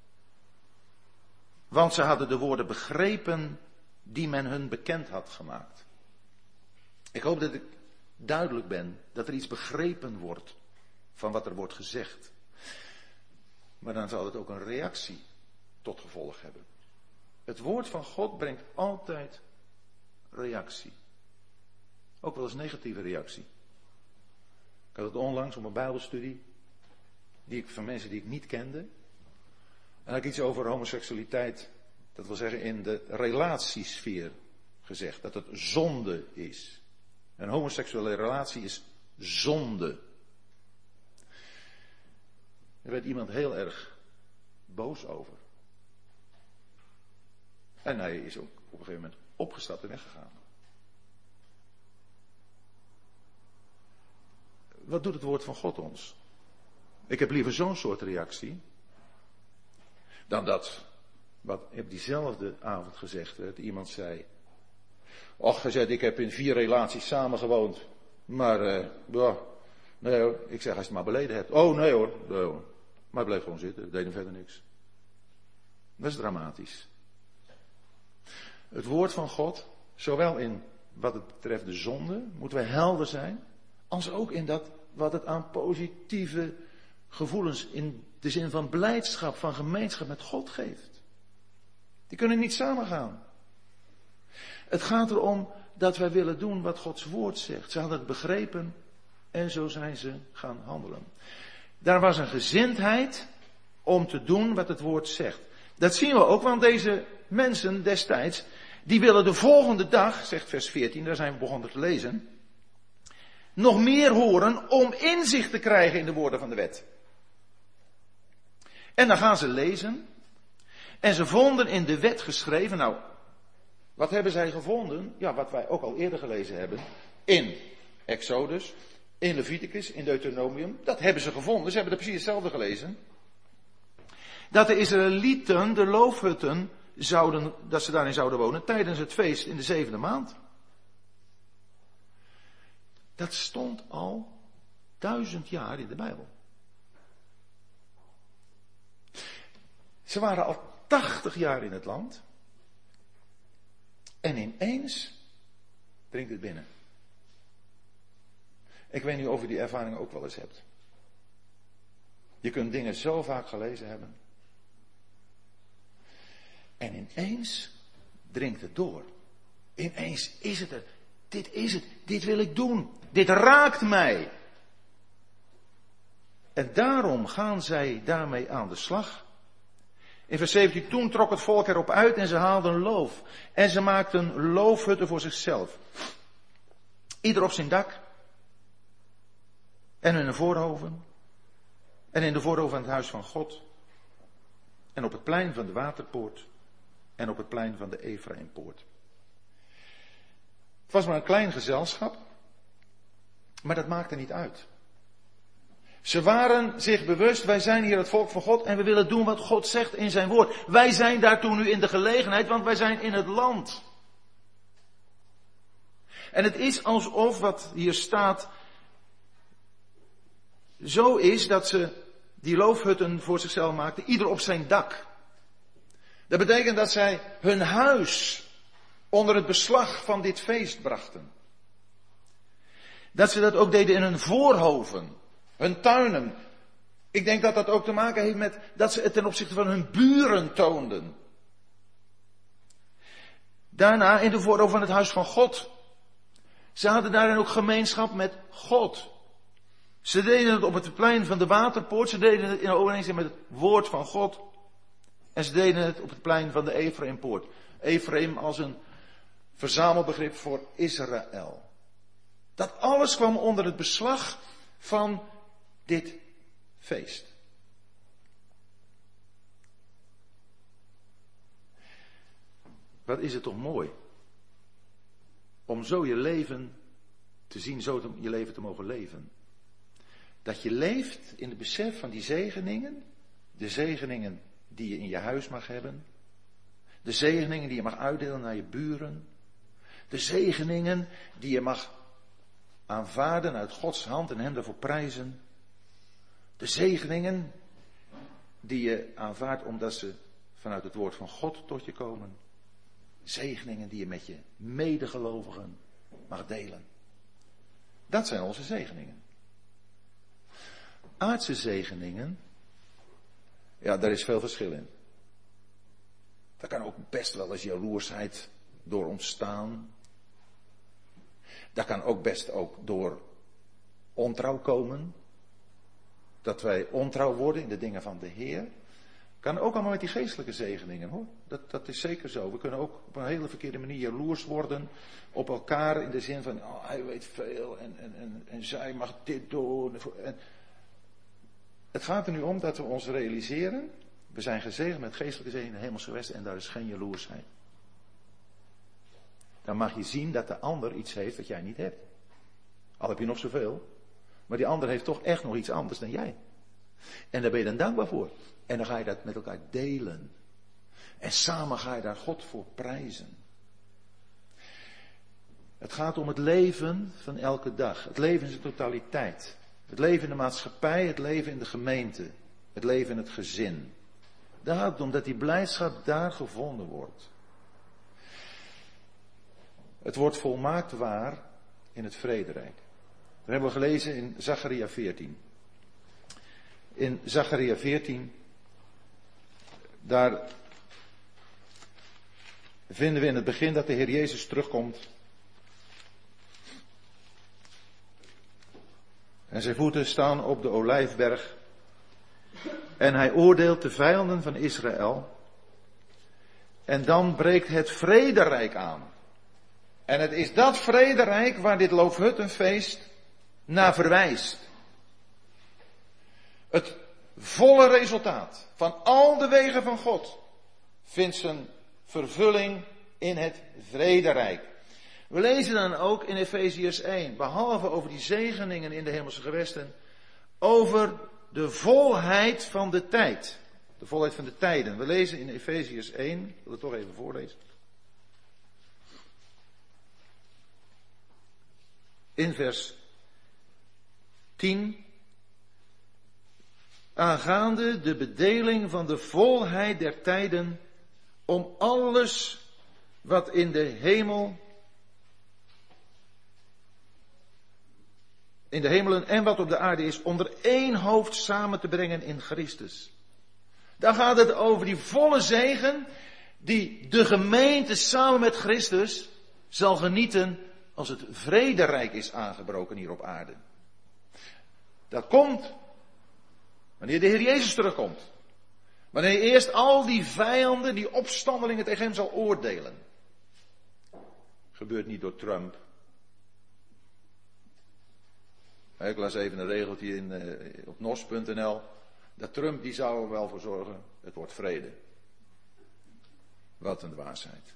Want ze hadden de woorden begrepen die men hun bekend had gemaakt. Ik hoop dat ik duidelijk ben, dat er iets begrepen wordt van wat er wordt gezegd. Maar dan zal het ook een reactie tot gevolg hebben. Het woord van God brengt altijd reactie. Ook wel eens negatieve reactie. Ik had het onlangs op een Bijbelstudie, van mensen die ik niet kende. En had ik iets over homoseksualiteit, dat wil zeggen in de relatiesfeer gezegd, dat het zonde is. Een homoseksuele relatie is zonde. Er werd iemand heel erg boos over. En hij is ook op een gegeven moment opgestapt en weggegaan. Wat doet het woord van God ons? Ik heb liever zo'n soort reactie dan dat wat op diezelfde avond gezegd werd. Iemand zei, och, hij zei, ik heb in 4 relaties samengewoond. Maar, nee hoor. Ik zeg, als je het maar beleden hebt. Oh, nee hoor. Maar hij bleef gewoon zitten. Ik deed hem verder niks. Dat is dramatisch. Het woord van God, zowel in wat het betreft de zonde, moeten we helder zijn. Als ook in dat wat het aan positieve gevoelens in de zin van blijdschap, van gemeenschap met God geeft. Die kunnen niet samengaan. Het gaat erom dat wij willen doen wat Gods woord zegt. Ze hadden het begrepen en zo zijn ze gaan handelen. Daar was een gezindheid om te doen wat het woord zegt. Dat zien we ook, want deze mensen destijds, die willen de volgende dag, zegt vers 14, daar zijn we begonnen te lezen, nog meer horen om inzicht te krijgen in de woorden van de wet. En dan gaan ze lezen. En ze vonden in de wet geschreven, nou, wat hebben zij gevonden? Ja, wat wij ook al eerder gelezen hebben. In Exodus, in Leviticus, in Deuteronomium. Dat hebben ze gevonden. Ze hebben er precies hetzelfde gelezen. Dat de Israëlieten de loofhutten dat ze daarin zouden wonen tijdens het feest in de 7e maand. Dat stond al 1000 jaar in de Bijbel. Ze waren al 80 jaar in het land. En ineens dringt het binnen. Ik weet niet of je die ervaring ook wel eens hebt. Je kunt dingen zo vaak gelezen hebben. En ineens dringt het door. Ineens is het er. Dit is het. Dit wil ik doen. Dit raakt mij. En daarom gaan zij daarmee aan de slag. In vers 17, toen trok het volk erop uit en ze haalden loof. En ze maakten loofhutten voor zichzelf. Ieder op zijn dak. En in de voorhoven. En in de voorhoven van het huis van God. En op het plein van de Waterpoort. En op het plein van de Efraïmpoort. Het was maar een klein gezelschap. Maar dat maakte niet uit. Ze waren zich bewust, wij zijn hier het volk van God en we willen doen wat God zegt in zijn woord. Wij zijn daartoe nu in de gelegenheid, want wij zijn in het land. En het is alsof wat hier staat zo is dat ze die loofhutten voor zichzelf maakten, ieder op zijn dak. Dat betekent dat zij hun huis onder het beslag van dit feest brachten. Dat ze dat ook deden in hun voorhoven, hun tuinen. Ik denk dat dat ook te maken heeft met dat ze het ten opzichte van hun buren toonden. Daarna in de voorhoven van het huis van God. Ze hadden daarin ook gemeenschap met God. Ze deden het op het plein van de Waterpoort. Ze deden het in overeenstemming met het woord van God. En ze deden het op het plein van de Efraïmpoort. Ephraim als een verzamelbegrip voor Israël. Dat alles kwam onder het beslag van dit feest. Wat is het toch mooi om zo je leven te zien, zo je leven te mogen leven. Dat je leeft in het besef van die zegeningen, de zegeningen die je in je huis mag hebben, de zegeningen die je mag uitdelen naar je buren, de zegeningen die je mag aanvaarden uit Gods hand en hem daarvoor prijzen, de zegeningen die je aanvaardt omdat ze vanuit het woord van God tot je komen, zegeningen die je met je medegelovigen mag delen. Dat zijn onze zegeningen. Aardse zegeningen, ja, daar is veel verschil in. Daar kan ook best wel eens jaloersheid door ontstaan. Daar kan ook best ook door ontrouw komen. Dat wij ontrouw worden in de dingen van de Heer. Kan ook allemaal met die geestelijke zegeningen, hoor. Dat is zeker zo. We kunnen ook op een hele verkeerde manier jaloers worden op elkaar in de zin van, oh, hij weet veel en zij mag dit doen. En het gaat er nu om dat we ons realiseren, we zijn gezegend met geestelijke zegen in de hemelse gewesten en daar is geen jaloersheid. Dan mag je zien dat de ander iets heeft dat jij niet hebt. Al heb je nog zoveel, maar die ander heeft toch echt nog iets anders dan jij. En daar ben je dan dankbaar voor. En dan ga je dat met elkaar delen. En samen ga je daar God voor prijzen. Het gaat om het leven van elke dag. Het leven in zijn totaliteit. Het leven in de maatschappij, het leven in de gemeente. Het leven in het gezin. Daar gaat het om dat die blijdschap daar gevonden wordt. Het wordt volmaakt waar in het vrederijk. Dat hebben we gelezen in Zacharia 14. In Zacharia 14, daar vinden we in het begin dat de Heer Jezus terugkomt. En zijn voeten staan op de Olijfberg. En hij oordeelt de vijanden van Israël. En dan breekt het vrederijk aan. En het is dat vrederijk waar dit Loofhuttenfeest naar verwijst. Het volle resultaat van al de wegen van God vindt zijn vervulling in het vrederijk. We lezen dan ook in Efeziërs 1, behalve over die zegeningen in de hemelse gewesten, over de volheid van de tijd. De De volheid van de tijden. We lezen in Efeziërs 1, ik wil het toch even voorlezen. In vers 10. Aangaande de bedeling van de volheid der tijden, om alles wat in de hemelen en wat op de aarde is, onder één hoofd samen te brengen in Christus. Daar gaat het over die volle zegen die de gemeente samen met Christus zal genieten als het vrederijk is aangebroken hier op aarde. Dat komt wanneer de Heer Jezus terugkomt. Wanneer hij eerst al die vijanden, die opstandelingen tegen hem zal oordelen. Gebeurt niet door Trump. Ik las even een regeltje op nos.nl. Dat Trump die zou er wel voor zorgen. Het wordt vrede. Wat een dwaasheid.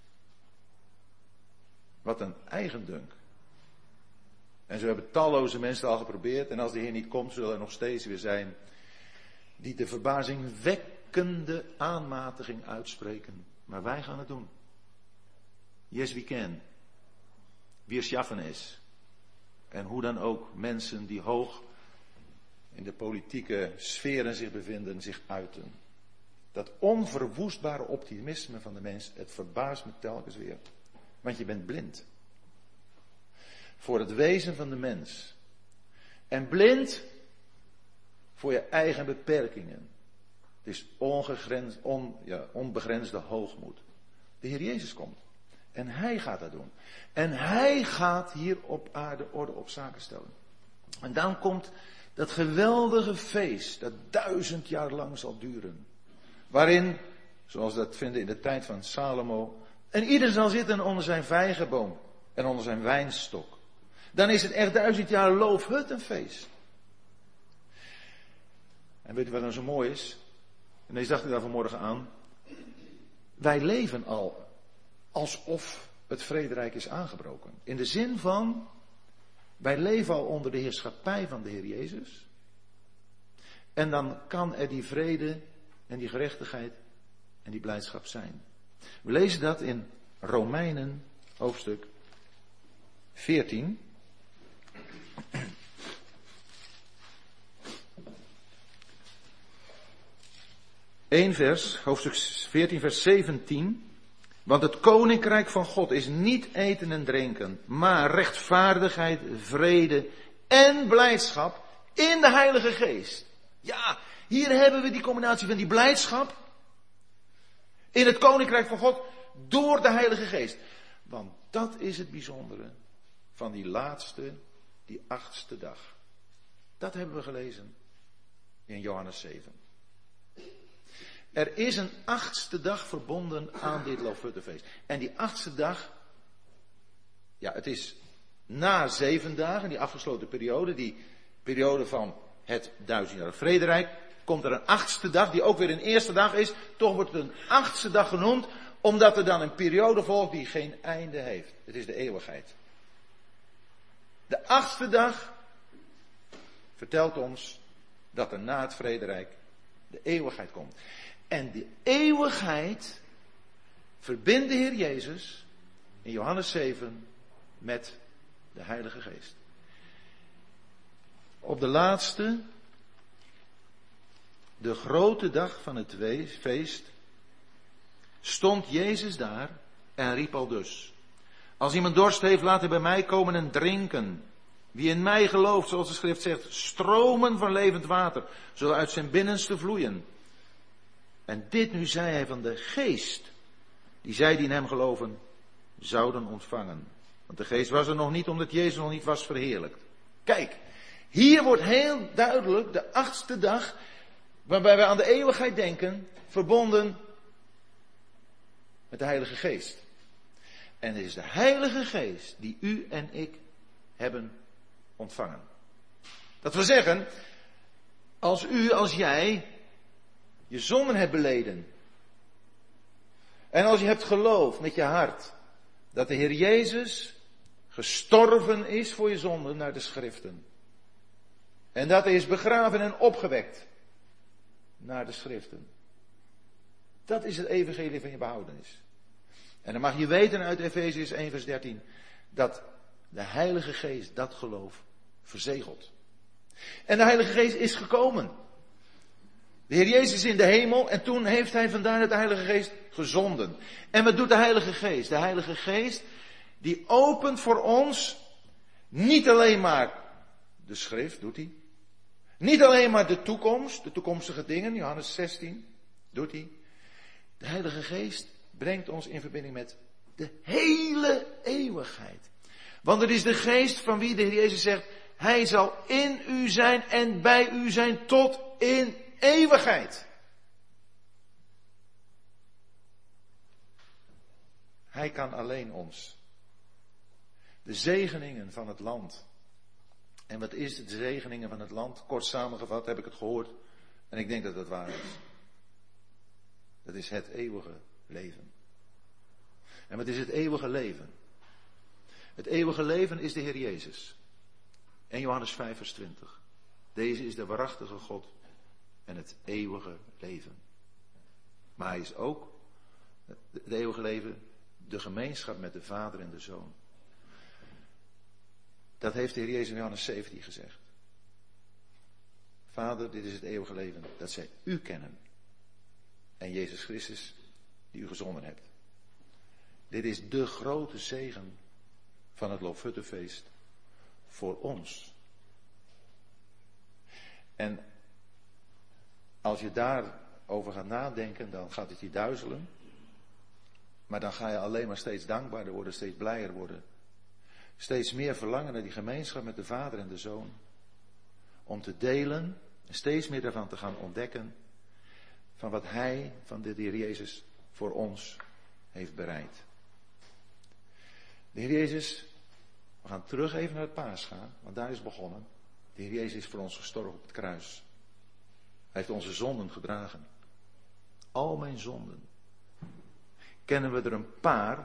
Wat een eigendunk. En zo hebben talloze mensen al geprobeerd. En als de Heer niet komt, zullen er nog steeds weer zijn die de verbazingwekkende aanmatiging uitspreken. Maar wij gaan het doen. Yes, we can. Wir schaffen es. En hoe dan ook mensen die hoog in de politieke sferen zich bevinden, zich uiten. Dat onverwoestbare optimisme van de mens, het verbaast me telkens weer. Want je bent blind. Voor het wezen van de mens. En blind voor je eigen beperkingen. Het is onbegrensde hoogmoed. De Heer Jezus komt. En Hij gaat dat doen. En Hij gaat hier op aarde orde op zaken stellen. En dan komt dat geweldige feest dat 1000 jaar lang zal duren. Waarin, zoals we dat vinden in de tijd van Salomo, en ieder zal zitten onder zijn vijgenboom en onder zijn wijnstok. Dan is het echt 1000 jaar loofhuttenfeest. En weet u wat nou zo mooi is? En deze dacht ik daar vanmorgen aan. Wij leven al alsof het vrederijk is aangebroken. In de zin van, wij leven al onder de heerschappij van de Heer Jezus. En dan kan er die vrede en die gerechtigheid en die blijdschap zijn. We lezen dat in Romeinen hoofdstuk 14. Eén vers, hoofdstuk 14, vers 17. Want het koninkrijk van God is niet eten en drinken, maar rechtvaardigheid, vrede en blijdschap in de Heilige Geest. Ja, hier hebben we die combinatie van die blijdschap in het koninkrijk van God door de Heilige Geest. Want dat is het bijzondere van die laatste, die 8e dag. Dat hebben we gelezen in Johannes 7. Er is een 8e dag verbonden aan dit Loofhuttenfeest. En die 8e dag, ja, het is na 7 dagen, die afgesloten periode, die periode van het 1000-jarig vrederijk, komt er een 8e dag, die ook weer een 1e dag is. Toch wordt het een 8e dag genoemd, omdat er dan een periode volgt die geen einde heeft. Het is de eeuwigheid. De 8e dag vertelt ons dat er na het vrederijk de eeuwigheid komt. En de eeuwigheid verbindt de Heer Jezus in Johannes 7 met de Heilige Geest. Op de laatste, de grote dag van het feest, stond Jezus daar en riep al dus: als iemand dorst heeft, laat hij bij mij komen en drinken. Wie in mij gelooft, zoals de schrift zegt, stromen van levend water zullen uit zijn binnenste vloeien. En dit nu zei hij van de geest, die zij die in hem geloven, zouden ontvangen. Want de geest was er nog niet, omdat Jezus nog niet was verheerlijkt. Kijk, hier wordt heel duidelijk de 8e dag, waarbij we aan de eeuwigheid denken, verbonden met de Heilige Geest. En het is de Heilige Geest die u en ik hebben ontvangen. Dat wil zeggen, als jij je zonden hebt beleden. En als je hebt geloofd met je hart dat de Heer Jezus gestorven is voor je zonden naar de schriften. En dat hij is begraven en opgewekt naar de schriften. Dat is het evangelie van je behoudenis. En dan mag je weten uit Efesiërs 1 vers 13, dat de Heilige Geest dat geloof verzegelt. En de Heilige Geest is gekomen. De Heer Jezus is in de hemel en toen heeft hij vandaar de Heilige Geest gezonden. En wat doet de Heilige Geest? De Heilige Geest die opent voor ons niet alleen maar de schrift, doet hij. Niet alleen maar de toekomst, de toekomstige dingen, Johannes 16, doet hij. De Heilige Geest brengt ons in verbinding met de hele eeuwigheid. Want het is de Geest van wie de Heer Jezus zegt, Hij zal in u zijn en bij u zijn tot in eeuwigheid. Hij kan alleen ons de zegeningen van het land. En wat is de zegeningen van het land? Kort samengevat heb ik het gehoord en ik denk dat dat waar is. Dat is het eeuwige leven. En wat is het eeuwige leven? Het eeuwige leven is de Heer Jezus. En Johannes 5 vers 20. Deze is de waarachtige God en het eeuwige leven. Maar hij is ook, het eeuwige leven, de gemeenschap met de Vader en de Zoon. Dat heeft de Heer Jezus in Johannes 17 gezegd. Vader, dit is het eeuwige leven, dat zij u kennen. En Jezus Christus, die u gezonden hebt. Dit is de grote zegen van het Loofhuttenfeest voor ons. En als je daarover gaat nadenken, dan gaat het je duizelen. Maar dan ga je alleen maar steeds dankbaarder worden, steeds blijer worden. Steeds meer verlangen naar die gemeenschap met de Vader en de Zoon. Om te delen en steeds meer daarvan te gaan ontdekken. Van wat Hij, van de Heer Jezus, voor ons heeft bereid. De Heer Jezus, we gaan terug even naar het Pascha, want daar is het begonnen. De Heer Jezus is voor ons gestorven op het kruis. Hij heeft onze zonden gedragen. Al mijn zonden. Kennen we er een paar?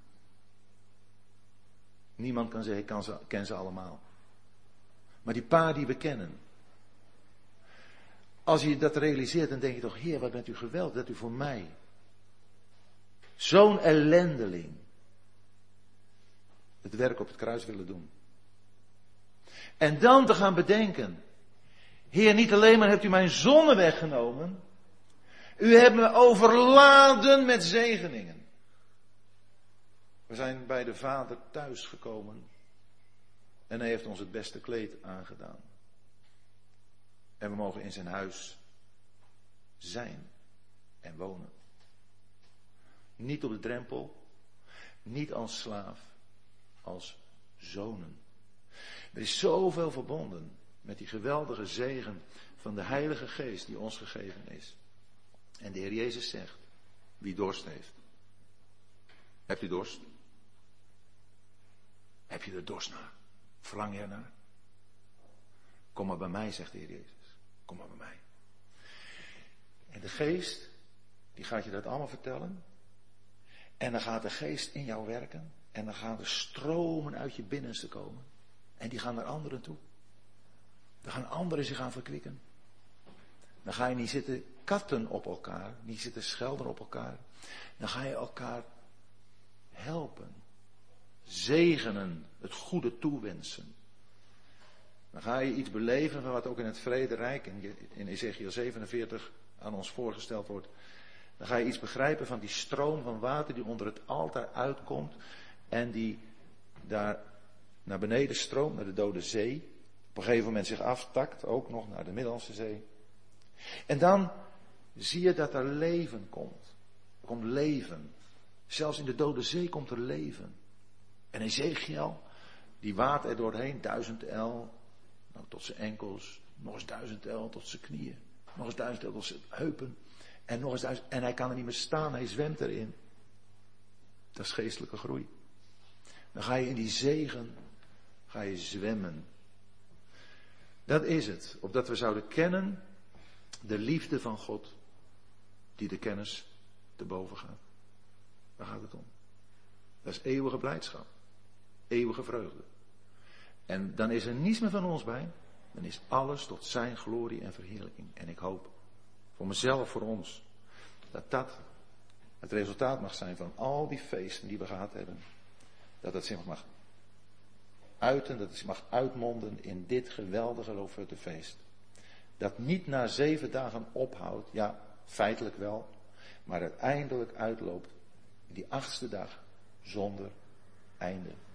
Niemand kan zeggen, ik ken ze allemaal. Maar die paar die we kennen. Als je dat realiseert, dan denk je toch, Heer, wat bent u geweldig dat u voor mij, zo'n ellendeling, het werk op het kruis willen doen. En dan te gaan bedenken, Heer, niet alleen maar hebt u mijn zonde weggenomen, u hebt me overladen met zegeningen. We zijn bij de Vader thuis gekomen en hij heeft ons het beste kleed aangedaan. En we mogen in zijn huis zijn en wonen. Niet op de drempel, niet als slaaf, als zonen. Er is zoveel verbonden met die geweldige zegen van de Heilige Geest die ons gegeven is. En de Heer Jezus zegt, wie dorst heeft. Hebt u dorst? Heb je er dorst naar? Verlang je ernaar? Kom maar bij mij, zegt de Heer Jezus. Kom maar bij mij. En de Geest, die gaat je dat allemaal vertellen. En dan gaat de Geest in jou werken. En dan gaan er stromen uit je binnenste komen. En die gaan naar anderen toe. Dan gaan anderen zich gaan verkwikken. Dan ga je niet zitten katten op elkaar. Niet zitten schelden op elkaar. Dan ga je elkaar helpen. Zegenen. Het goede toewensen. Dan ga je iets beleven van wat ook in het Vrederijk, in Ezechiel 47 aan ons voorgesteld wordt. Dan ga je iets begrijpen van die stroom van water die onder het altaar uitkomt. En die daar naar beneden stroomt, naar de Dode Zee. Op een gegeven moment zich aftakt, ook nog naar de Middellandse Zee. En dan zie je dat er leven komt. Er komt leven. Zelfs in de Dode Zee komt er leven. En Ezechiel, die waadt er doorheen, 1000 el. Nou, tot zijn enkels, nog eens 1000 el tot zijn knieën, nog eens 1000 el tot zijn heupen, en nog eens 1000, en hij kan er niet meer staan, hij zwemt erin. Dat is geestelijke groei. Dan ga je in die zegen, ga je zwemmen. Dat is het, opdat we zouden kennen de liefde van God, die de kennis te boven gaat. Daar gaat het om. Dat is eeuwige blijdschap, eeuwige vreugde. En dan is er niets meer van ons bij. Dan is alles tot zijn glorie en verheerlijking. En ik hoop, voor mezelf, voor ons, dat dat het resultaat mag zijn van al die feesten die we gehad hebben. Dat het zich mag uiten, dat het zich mag uitmonden in dit geweldige Loofhuttenfeest. Dat niet na 7 dagen ophoudt, ja, feitelijk wel, maar uiteindelijk uitloopt in die 8e dag zonder einde.